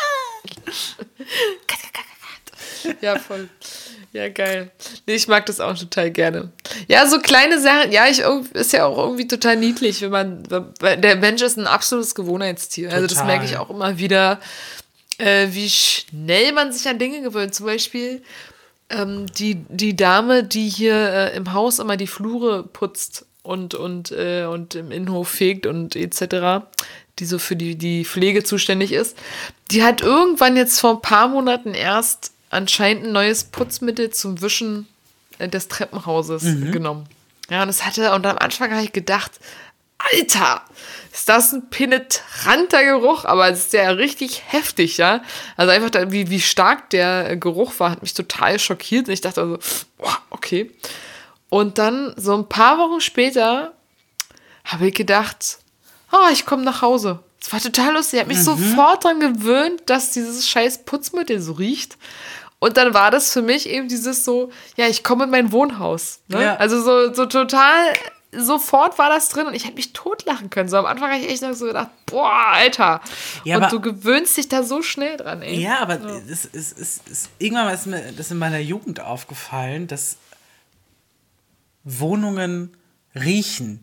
Ja, voll. Ja, geil. Nee, ich mag das auch total gerne. Ja, so kleine Sachen, ja, ich ist ja auch irgendwie total niedlich, wenn man, der Mensch ist ein absolutes Gewohnheitstier. Total. Also das merke ich auch immer wieder, äh, wie schnell man sich an Dinge gewöhnt. Zum Beispiel ähm, die, die Dame, die hier äh, im Haus immer die Flure putzt und, und, äh, und im Innenhof fegt und et cetera, die so für die, die Pflege zuständig ist, die hat irgendwann jetzt vor ein paar Monaten erst anscheinend ein neues Putzmittel zum Wischen des Treppenhauses mhm. genommen. Ja, und das hatte, und am Anfang habe ich gedacht, Alter, ist das ein penetranter Geruch, aber es ist ja richtig heftig, ja. Also einfach, da, wie, wie stark der Geruch war, hat mich total schockiert. Und ich dachte also, boah, okay. Und dann, so ein paar Wochen später, habe ich gedacht, oh, ich komme nach Hause. Das war total lustig. Ich habe mich mhm. sofort daran gewöhnt, dass dieses scheiß Putzmittel so riecht. Und dann war das für mich eben dieses so, ja, ich komme in mein Wohnhaus. Ne? Ja. Also so, so total, sofort war das drin und ich hätte mich totlachen können. So am Anfang habe ich echt noch so gedacht, boah, Alter. Ja, und aber, du gewöhnst dich da so schnell dran, ey. Ja, aber ja. Es, es, es, es, irgendwann ist mir das in meiner Jugend aufgefallen, dass Wohnungen riechen.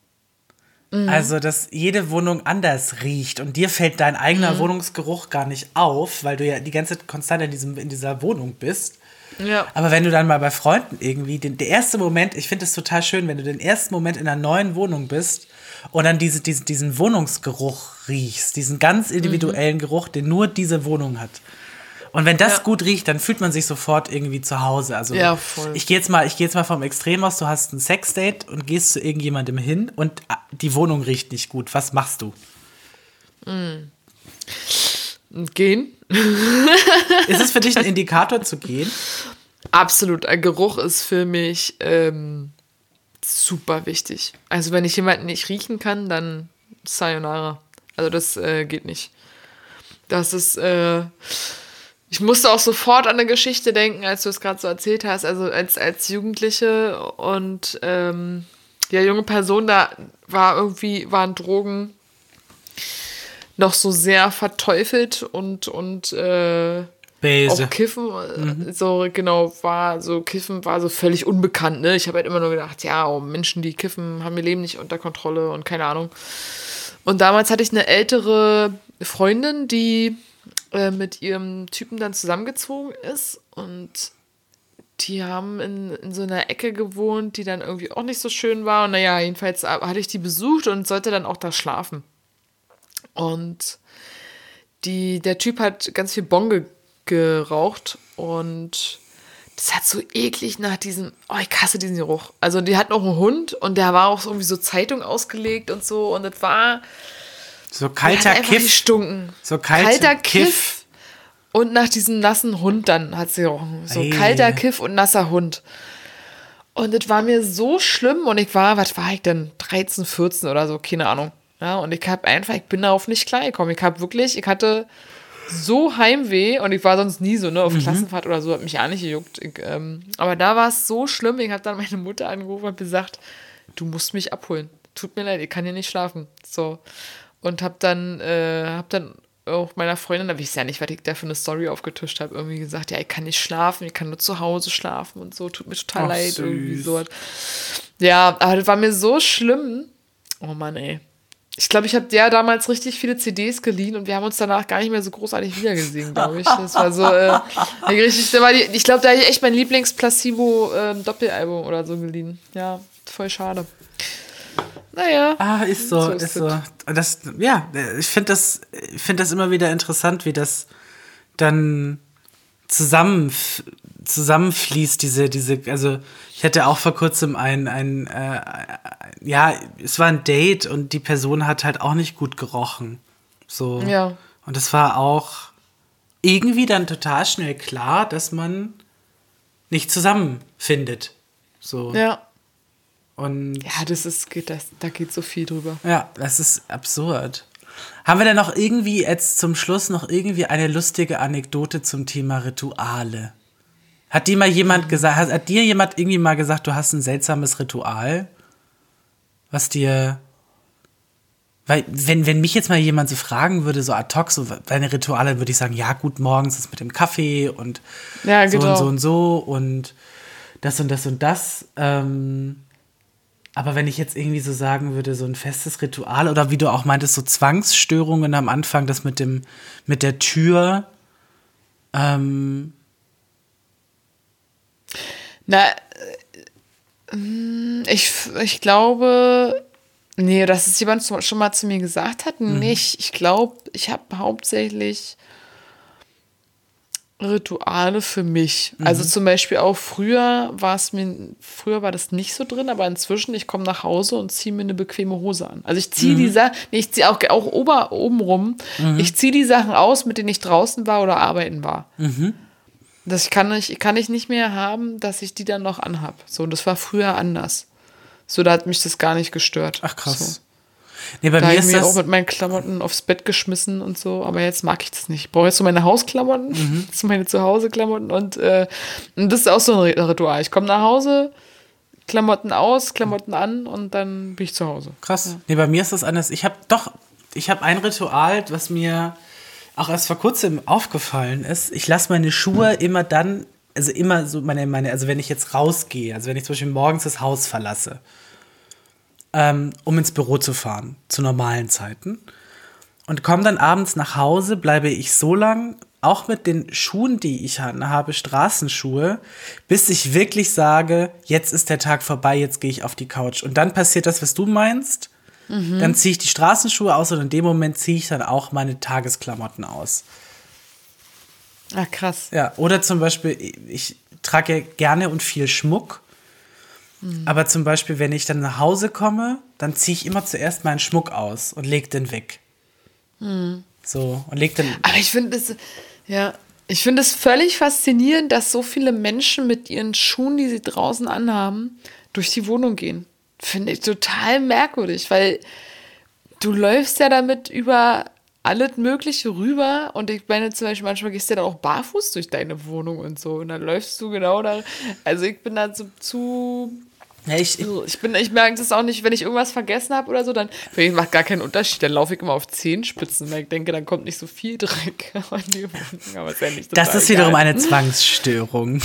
Also, dass jede Wohnung anders riecht und dir fällt dein eigener mhm. Wohnungsgeruch gar nicht auf, weil du ja die ganze Zeit konstant in, diesem, in dieser Wohnung bist. Ja. Aber wenn du dann mal bei Freunden irgendwie, den, der erste Moment, ich finde es total schön, wenn du den ersten Moment in einer neuen Wohnung bist und dann diese, diese, diesen Wohnungsgeruch riechst, diesen ganz individuellen mhm. Geruch, den nur diese Wohnung hat. Und wenn das ja. gut riecht, dann fühlt man sich sofort irgendwie zu Hause. Also ja, voll. Ich gehe jetzt mal, ich gehe jetzt mal vom Extrem aus, du hast ein Sexdate und gehst zu irgendjemandem hin und die Wohnung riecht nicht gut. Was machst du? Mm. Gehen. Ist es für dich ein Indikator zu gehen? Absolut. Ein Geruch ist für mich ähm, super wichtig. Also wenn ich jemanden nicht riechen kann, dann Sayonara. Also das äh, geht nicht. Das ist... Äh, Ich musste auch sofort an eine Geschichte denken, als du es gerade so erzählt hast. Also als, als Jugendliche und ähm, ja, junge Person, da war irgendwie, waren Drogen noch so sehr verteufelt und, und äh, auch Kiffen, mhm. so genau, war so, Kiffen war so völlig unbekannt, ne? Ich habe halt immer nur gedacht, ja, oh, Menschen, die kiffen, haben ihr Leben nicht unter Kontrolle und keine Ahnung. Und damals hatte ich eine ältere Freundin, die mit ihrem Typen dann zusammengezogen ist und die haben in, in so einer Ecke gewohnt, die dann irgendwie auch nicht so schön war und naja, jedenfalls hatte ich die besucht und sollte dann auch da schlafen. Und die, der Typ hat ganz viel Bon ge- geraucht und das hat so eklig nach diesem, oh, ich hasse diesen Geruch. Also die hat noch einen Hund und der war auch so irgendwie so Zeitung ausgelegt und so und das war... So kalter Kiff. Gestunken. So kalter, kalter Kiff. Kiff. Und nach diesem nassen Hund dann hat sie gerochen. So Ey. kalter Kiff und nasser Hund. Und das war mir so schlimm. Und ich war, was war ich denn? dreizehn, vierzehn oder so, keine Ahnung. Ja, und ich habe einfach, ich bin darauf nicht klargekommen. Ich habe wirklich, ich hatte so Heimweh und ich war sonst nie so, ne, auf mhm. Klassenfahrt oder so, hat mich auch nicht gejuckt. Ich, ähm, aber da war es so schlimm. Ich habe dann meine Mutter angerufen und gesagt, du musst mich abholen. Tut mir leid, ich kann hier nicht schlafen. So. Und hab dann, äh, hab dann auch meiner Freundin, da weiß ich ja nicht, was ich da für eine Story aufgetischt habe, irgendwie gesagt, ja, ich kann nicht schlafen, ich kann nur zu Hause schlafen und so, tut mir total Ach, leid, süß. irgendwie so. Ja, aber das war mir so schlimm. Oh Mann, ey. Ich glaube, ich habe der damals richtig viele C Ds geliehen und wir haben uns danach gar nicht mehr so großartig wiedergesehen, glaube ich. Das war so, äh, richtig, da war die, ich glaube, da habe ich echt mein Lieblings-Placebo-Doppelalbum äh, oder so geliehen. Ja, voll schade. Naja. Ah, ist so, so ist, ist so. Das, ja, ich finde das, ich finde das immer wieder interessant, wie das dann zusammen, zusammenfließt, diese, diese, also ich hatte auch vor kurzem ein, ein äh, ja, es war ein Date und die Person hat halt auch nicht gut gerochen. So. Ja. Und es war auch irgendwie dann total schnell klar, dass man nicht zusammenfindet. So. Ja. Und Ja, das ist, geht das, da geht so viel drüber. ja, das ist absurd. Haben wir denn noch irgendwie jetzt zum Schluss noch irgendwie eine lustige Anekdote zum Thema Rituale? Hat dir mal jemand gesagt, hat, hat dir jemand irgendwie mal gesagt, du hast ein seltsames Ritual? Was dir, weil, wenn, wenn mich jetzt mal jemand so fragen würde, so ad hoc, so deine Rituale, würde ich sagen, ja gut, morgens ist mit dem Kaffee und Ja, so genau. und so und so und das und das und das. Ähm, aber wenn ich jetzt irgendwie so sagen würde, so ein festes Ritual oder wie du auch meintest, so Zwangsstörungen am Anfang, das mit dem, mit der Tür, ähm, Na, äh, ich, ich glaube, nee, dass es jemand so- schon mal zu mir gesagt hat, nicht. Ich glaube, ich habe hauptsächlich Rituale für mich. Also zum Beispiel auch früher war es mir, früher war das nicht so drin, aber inzwischen, ich komme nach Hause und ziehe mir eine bequeme Hose an. Also ich ziehe die Sachen, nee, ich ziehe auch, auch ober, oben rum, ich ziehe die Sachen aus, mit denen ich draußen war oder arbeiten war. Das kann ich, kann ich nicht mehr haben, dass ich die dann noch anhab. So, und das war früher anders. So, da hat mich das gar nicht gestört. ach krass. So. Nee, bei Da mir habe ich ist mich auch das, mit meinen Klamotten aufs Bett geschmissen und so, aber jetzt mag ich das nicht. Ich brauche jetzt so meine Hausklamotten, Mhm. das sind meine Zuhause-Klamotten und, äh, und das ist auch so ein Ritual. Ich komme nach Hause, Klamotten aus, Klamotten an und dann bin ich zu Hause. krass. Nee, bei mir ist das anders. Ich habe doch, ich habe ein Ritual, was mir auch erst vor kurzem aufgefallen ist. Ich lasse meine Schuhe immer dann, also immer so meine, meine, also wenn ich jetzt rausgehe, also wenn ich zum Beispiel morgens das Haus verlasse, ähm, um ins Büro zu fahren, zu normalen Zeiten, und komme dann abends nach Hause, bleibe ich so lang, auch mit den Schuhen, die ich habe, Straßenschuhe, bis ich wirklich sage, jetzt ist der Tag vorbei, jetzt gehe ich auf die Couch. Und dann passiert das, was du meinst. Dann ziehe ich die Straßenschuhe aus und in dem Moment ziehe ich dann auch meine Tagesklamotten aus. Ah, krass. Ja, oder zum Beispiel, ich trage gerne und viel Schmuck. Aber zum Beispiel, wenn ich dann nach Hause komme, dann ziehe ich immer zuerst meinen Schmuck aus und lege den weg. So, und leg den. Aber ich finde es, ja, ich finde es völlig faszinierend, dass so viele Menschen mit ihren Schuhen, die sie draußen anhaben, durch die Wohnung gehen. Finde ich total merkwürdig, weil du läufst ja damit über alles Mögliche rüber und ich meine zum Beispiel, manchmal gehst du ja dann auch barfuß durch deine Wohnung und so und dann läufst du genau da, also ich bin da so zu, Ja, ich, ich, ich bin, ich merke das auch nicht, wenn ich irgendwas vergessen habe oder so, dann für mich macht gar keinen Unterschied, dann laufe ich immer auf Zehenspitzen, weil ich denke, dann kommt nicht so viel Dreck an die Wohnung, aber ist ja nicht das total ist wiederum egal. eine Zwangsstörung.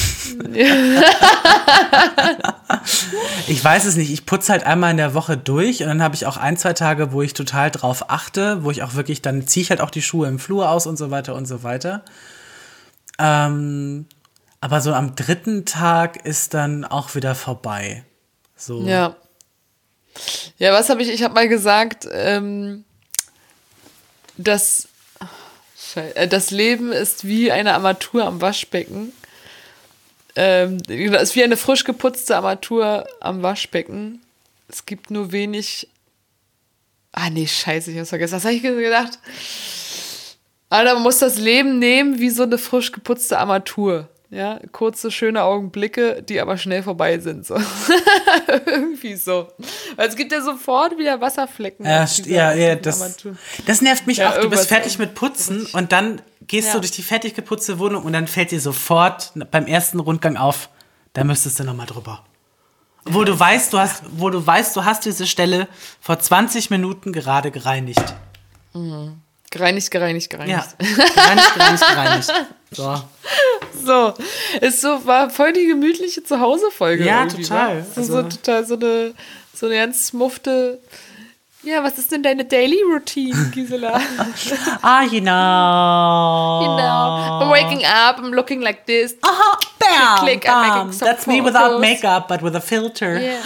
Ich weiß es nicht. Ich putze halt einmal in der Woche durch und dann habe ich auch ein, zwei Tage, wo ich total drauf achte, wo ich auch wirklich, dann ziehe ich halt auch die Schuhe im Flur aus und so weiter und so weiter. Ähm, aber so am dritten Tag ist dann auch wieder vorbei. So. Ja. Ja, was habe ich, ich habe mal gesagt, ähm, dass Schei- äh, das Leben ist wie eine Armatur am Waschbecken. Ähm, es ist wie eine frisch geputzte Armatur am Waschbecken. Es gibt nur wenig. Ah, nee, scheiße, ich hab's vergessen. Was habe ich gedacht? Alter, man muss das Leben nehmen wie so eine frisch geputzte Armatur. Ja, kurze, schöne Augenblicke, die aber schnell vorbei sind. So. Irgendwie so. Weil es gibt ja sofort wieder Wasserflecken. Ja, auf st- dieser- ja, ja, auf dieser das, Armatur. das nervt mich Ja, auch. Du bist irgendwas fertig auch. mit Putzen und dann gehst Ja. du durch die fertig geputzte Wohnung und dann fällt dir sofort beim ersten Rundgang auf, da müsstest du nochmal drüber. Wo du weißt, du hast, wo du weißt, du hast diese Stelle vor zwanzig Minuten gerade gereinigt. Gereinigt, gereinigt, gereinigt. Ja, gereinigt, gereinigt, gereinigt. So. So, ist so, war voll die gemütliche Zuhause-Folge. Ja, irgendwie, total. wa? So, Also- so total so eine, so eine ganz smufte. Ja, was ist denn deine Daily Routine, Gisela? Ah, you know. You know, I'm waking up, I'm looking like this. Aha, bam, Click, click, I'm bam. making some That's me without photos. makeup, but with a filter. Yeah.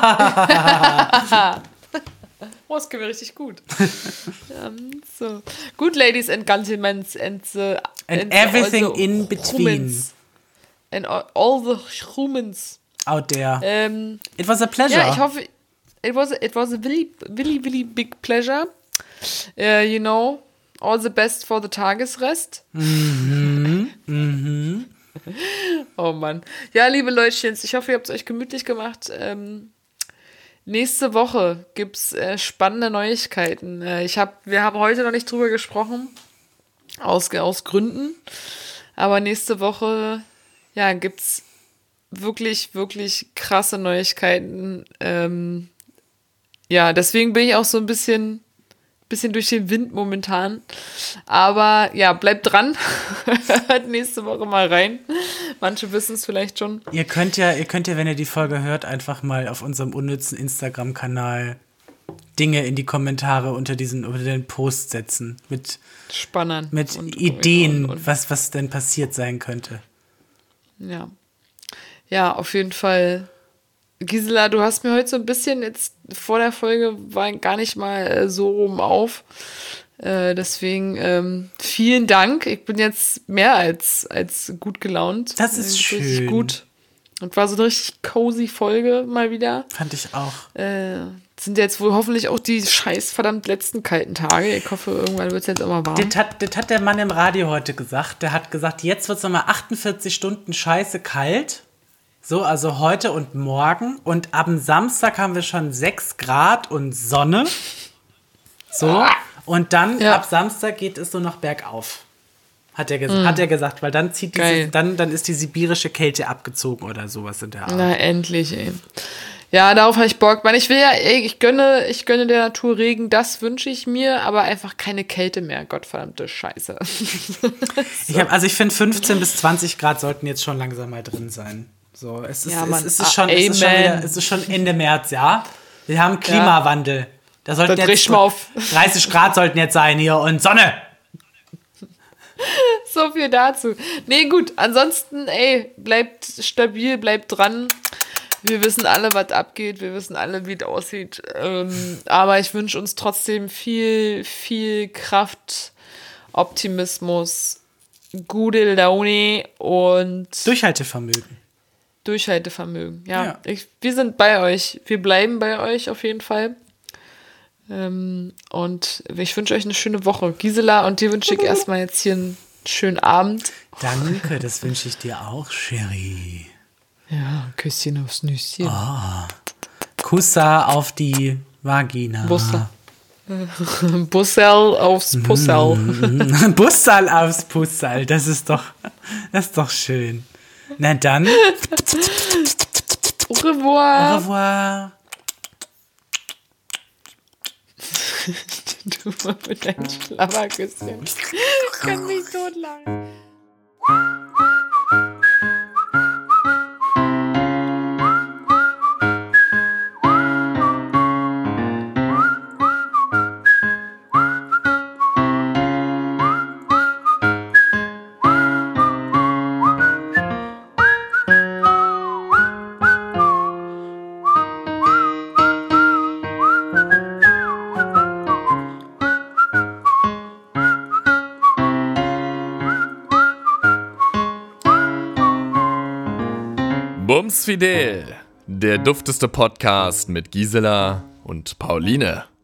Oh, das können wir richtig gut. um, so. Good ladies and gentlemen and, the, And the everything also in between. Humans. and all the humans out there. Ähm, It was a pleasure. Ja, ich hoffe, it was, it was a really, really, really big pleasure. Uh, you know, all the best for the Tagesrest. Mhm, mhm. Oh Mann. Ja, liebe Leutchens, ich hoffe, ihr habt es euch gemütlich gemacht. Ähm, nächste Woche gibt es äh, spannende Neuigkeiten. Äh, ich hab, wir haben heute noch nicht drüber gesprochen, aus, aus Gründen. Aber nächste Woche, ja, gibt es wirklich, wirklich krasse Neuigkeiten. Ähm, ja, deswegen bin ich auch so ein bisschen... bisschen durch den Wind momentan. Aber ja, bleibt dran. Hört nächste Woche mal rein. Manche wissen es vielleicht schon. Ihr könnt ja, ihr könnt ja, wenn ihr die Folge hört, einfach mal auf unserem unnützen Instagram-Kanal Dinge in die Kommentare unter diesen, unter den Post setzen. Mit Spannern. Mit und, Ideen, und, und, und. was, was denn passiert sein könnte. Ja. Ja, auf jeden Fall. Gisela, du hast mir heute so ein bisschen jetzt vor der Folge war gar nicht mal äh, so oben auf. Äh, deswegen ähm, vielen Dank. Ich bin jetzt mehr als, als gut gelaunt. Das ist äh, schön. Richtig gut. Und war so eine richtig cozy Folge mal wieder. Fand ich auch. Äh, sind jetzt wohl hoffentlich auch die scheiß verdammt letzten kalten Tage. Ich hoffe, irgendwann wird es jetzt immer warm. Das hat, das hat der Mann im Radio heute gesagt. Der hat gesagt, jetzt wird es nochmal achtundvierzig Stunden scheiße kalt. So, also heute und morgen. Und ab dem Samstag haben wir schon sechs Grad und Sonne. So. Und dann Ja. ab Samstag geht es so noch bergauf. Hat er, ges- Mm. hat er gesagt, weil dann zieht Geil. diese, dann, dann ist die sibirische Kälte abgezogen oder sowas in der Art. Na, endlich, ey. Ja, darauf habe ich Bock. Man, ich will ja, ey, ich gönne, ich gönne der Natur Regen, das wünsche ich mir, aber einfach keine Kälte mehr. Gottverdammte Scheiße. Ich hab, also ich finde fünfzehn bis zwanzig Grad sollten jetzt schon langsam mal drin sein. So, es ist, Ja, es, Mann. es, ist schon, es, ist schon Amen. wieder, es ist schon Ende März, ja. Wir haben Klimawandel. Da sollten Das jetzt richten wir auf. dreißig Grad sollten jetzt sein hier und Sonne. So viel dazu. Nee, gut. Ansonsten, ey, bleibt stabil, bleibt dran. Wir wissen alle, was abgeht. Wir wissen alle, wie es aussieht. Ähm, aber ich wünsche uns trotzdem viel, viel Kraft, Optimismus, gute Laune und Durchhaltevermögen. Durchhaltevermögen. Ja, Ja. Ich, wir sind bei euch. Wir bleiben bei euch auf jeden Fall. Ähm, und ich wünsche euch eine schöne Woche. Gisela, und dir wünsche ich erstmal jetzt hier einen schönen Abend. Danke, das wünsche ich dir auch, Cherie. Ja, Küsschen aufs Nüsschen. Kussa auf die Vagina. Bussel. Bussel aufs Pussel. Bussal aufs Pussal, das ist doch, das ist doch schön. Na dann, Au revoir. au revoir. Du mit deinem Schlabberküsschen. Ich kann mich totlachen. Bums Fidel, der dufteste Podcast mit Gisela und Pauline.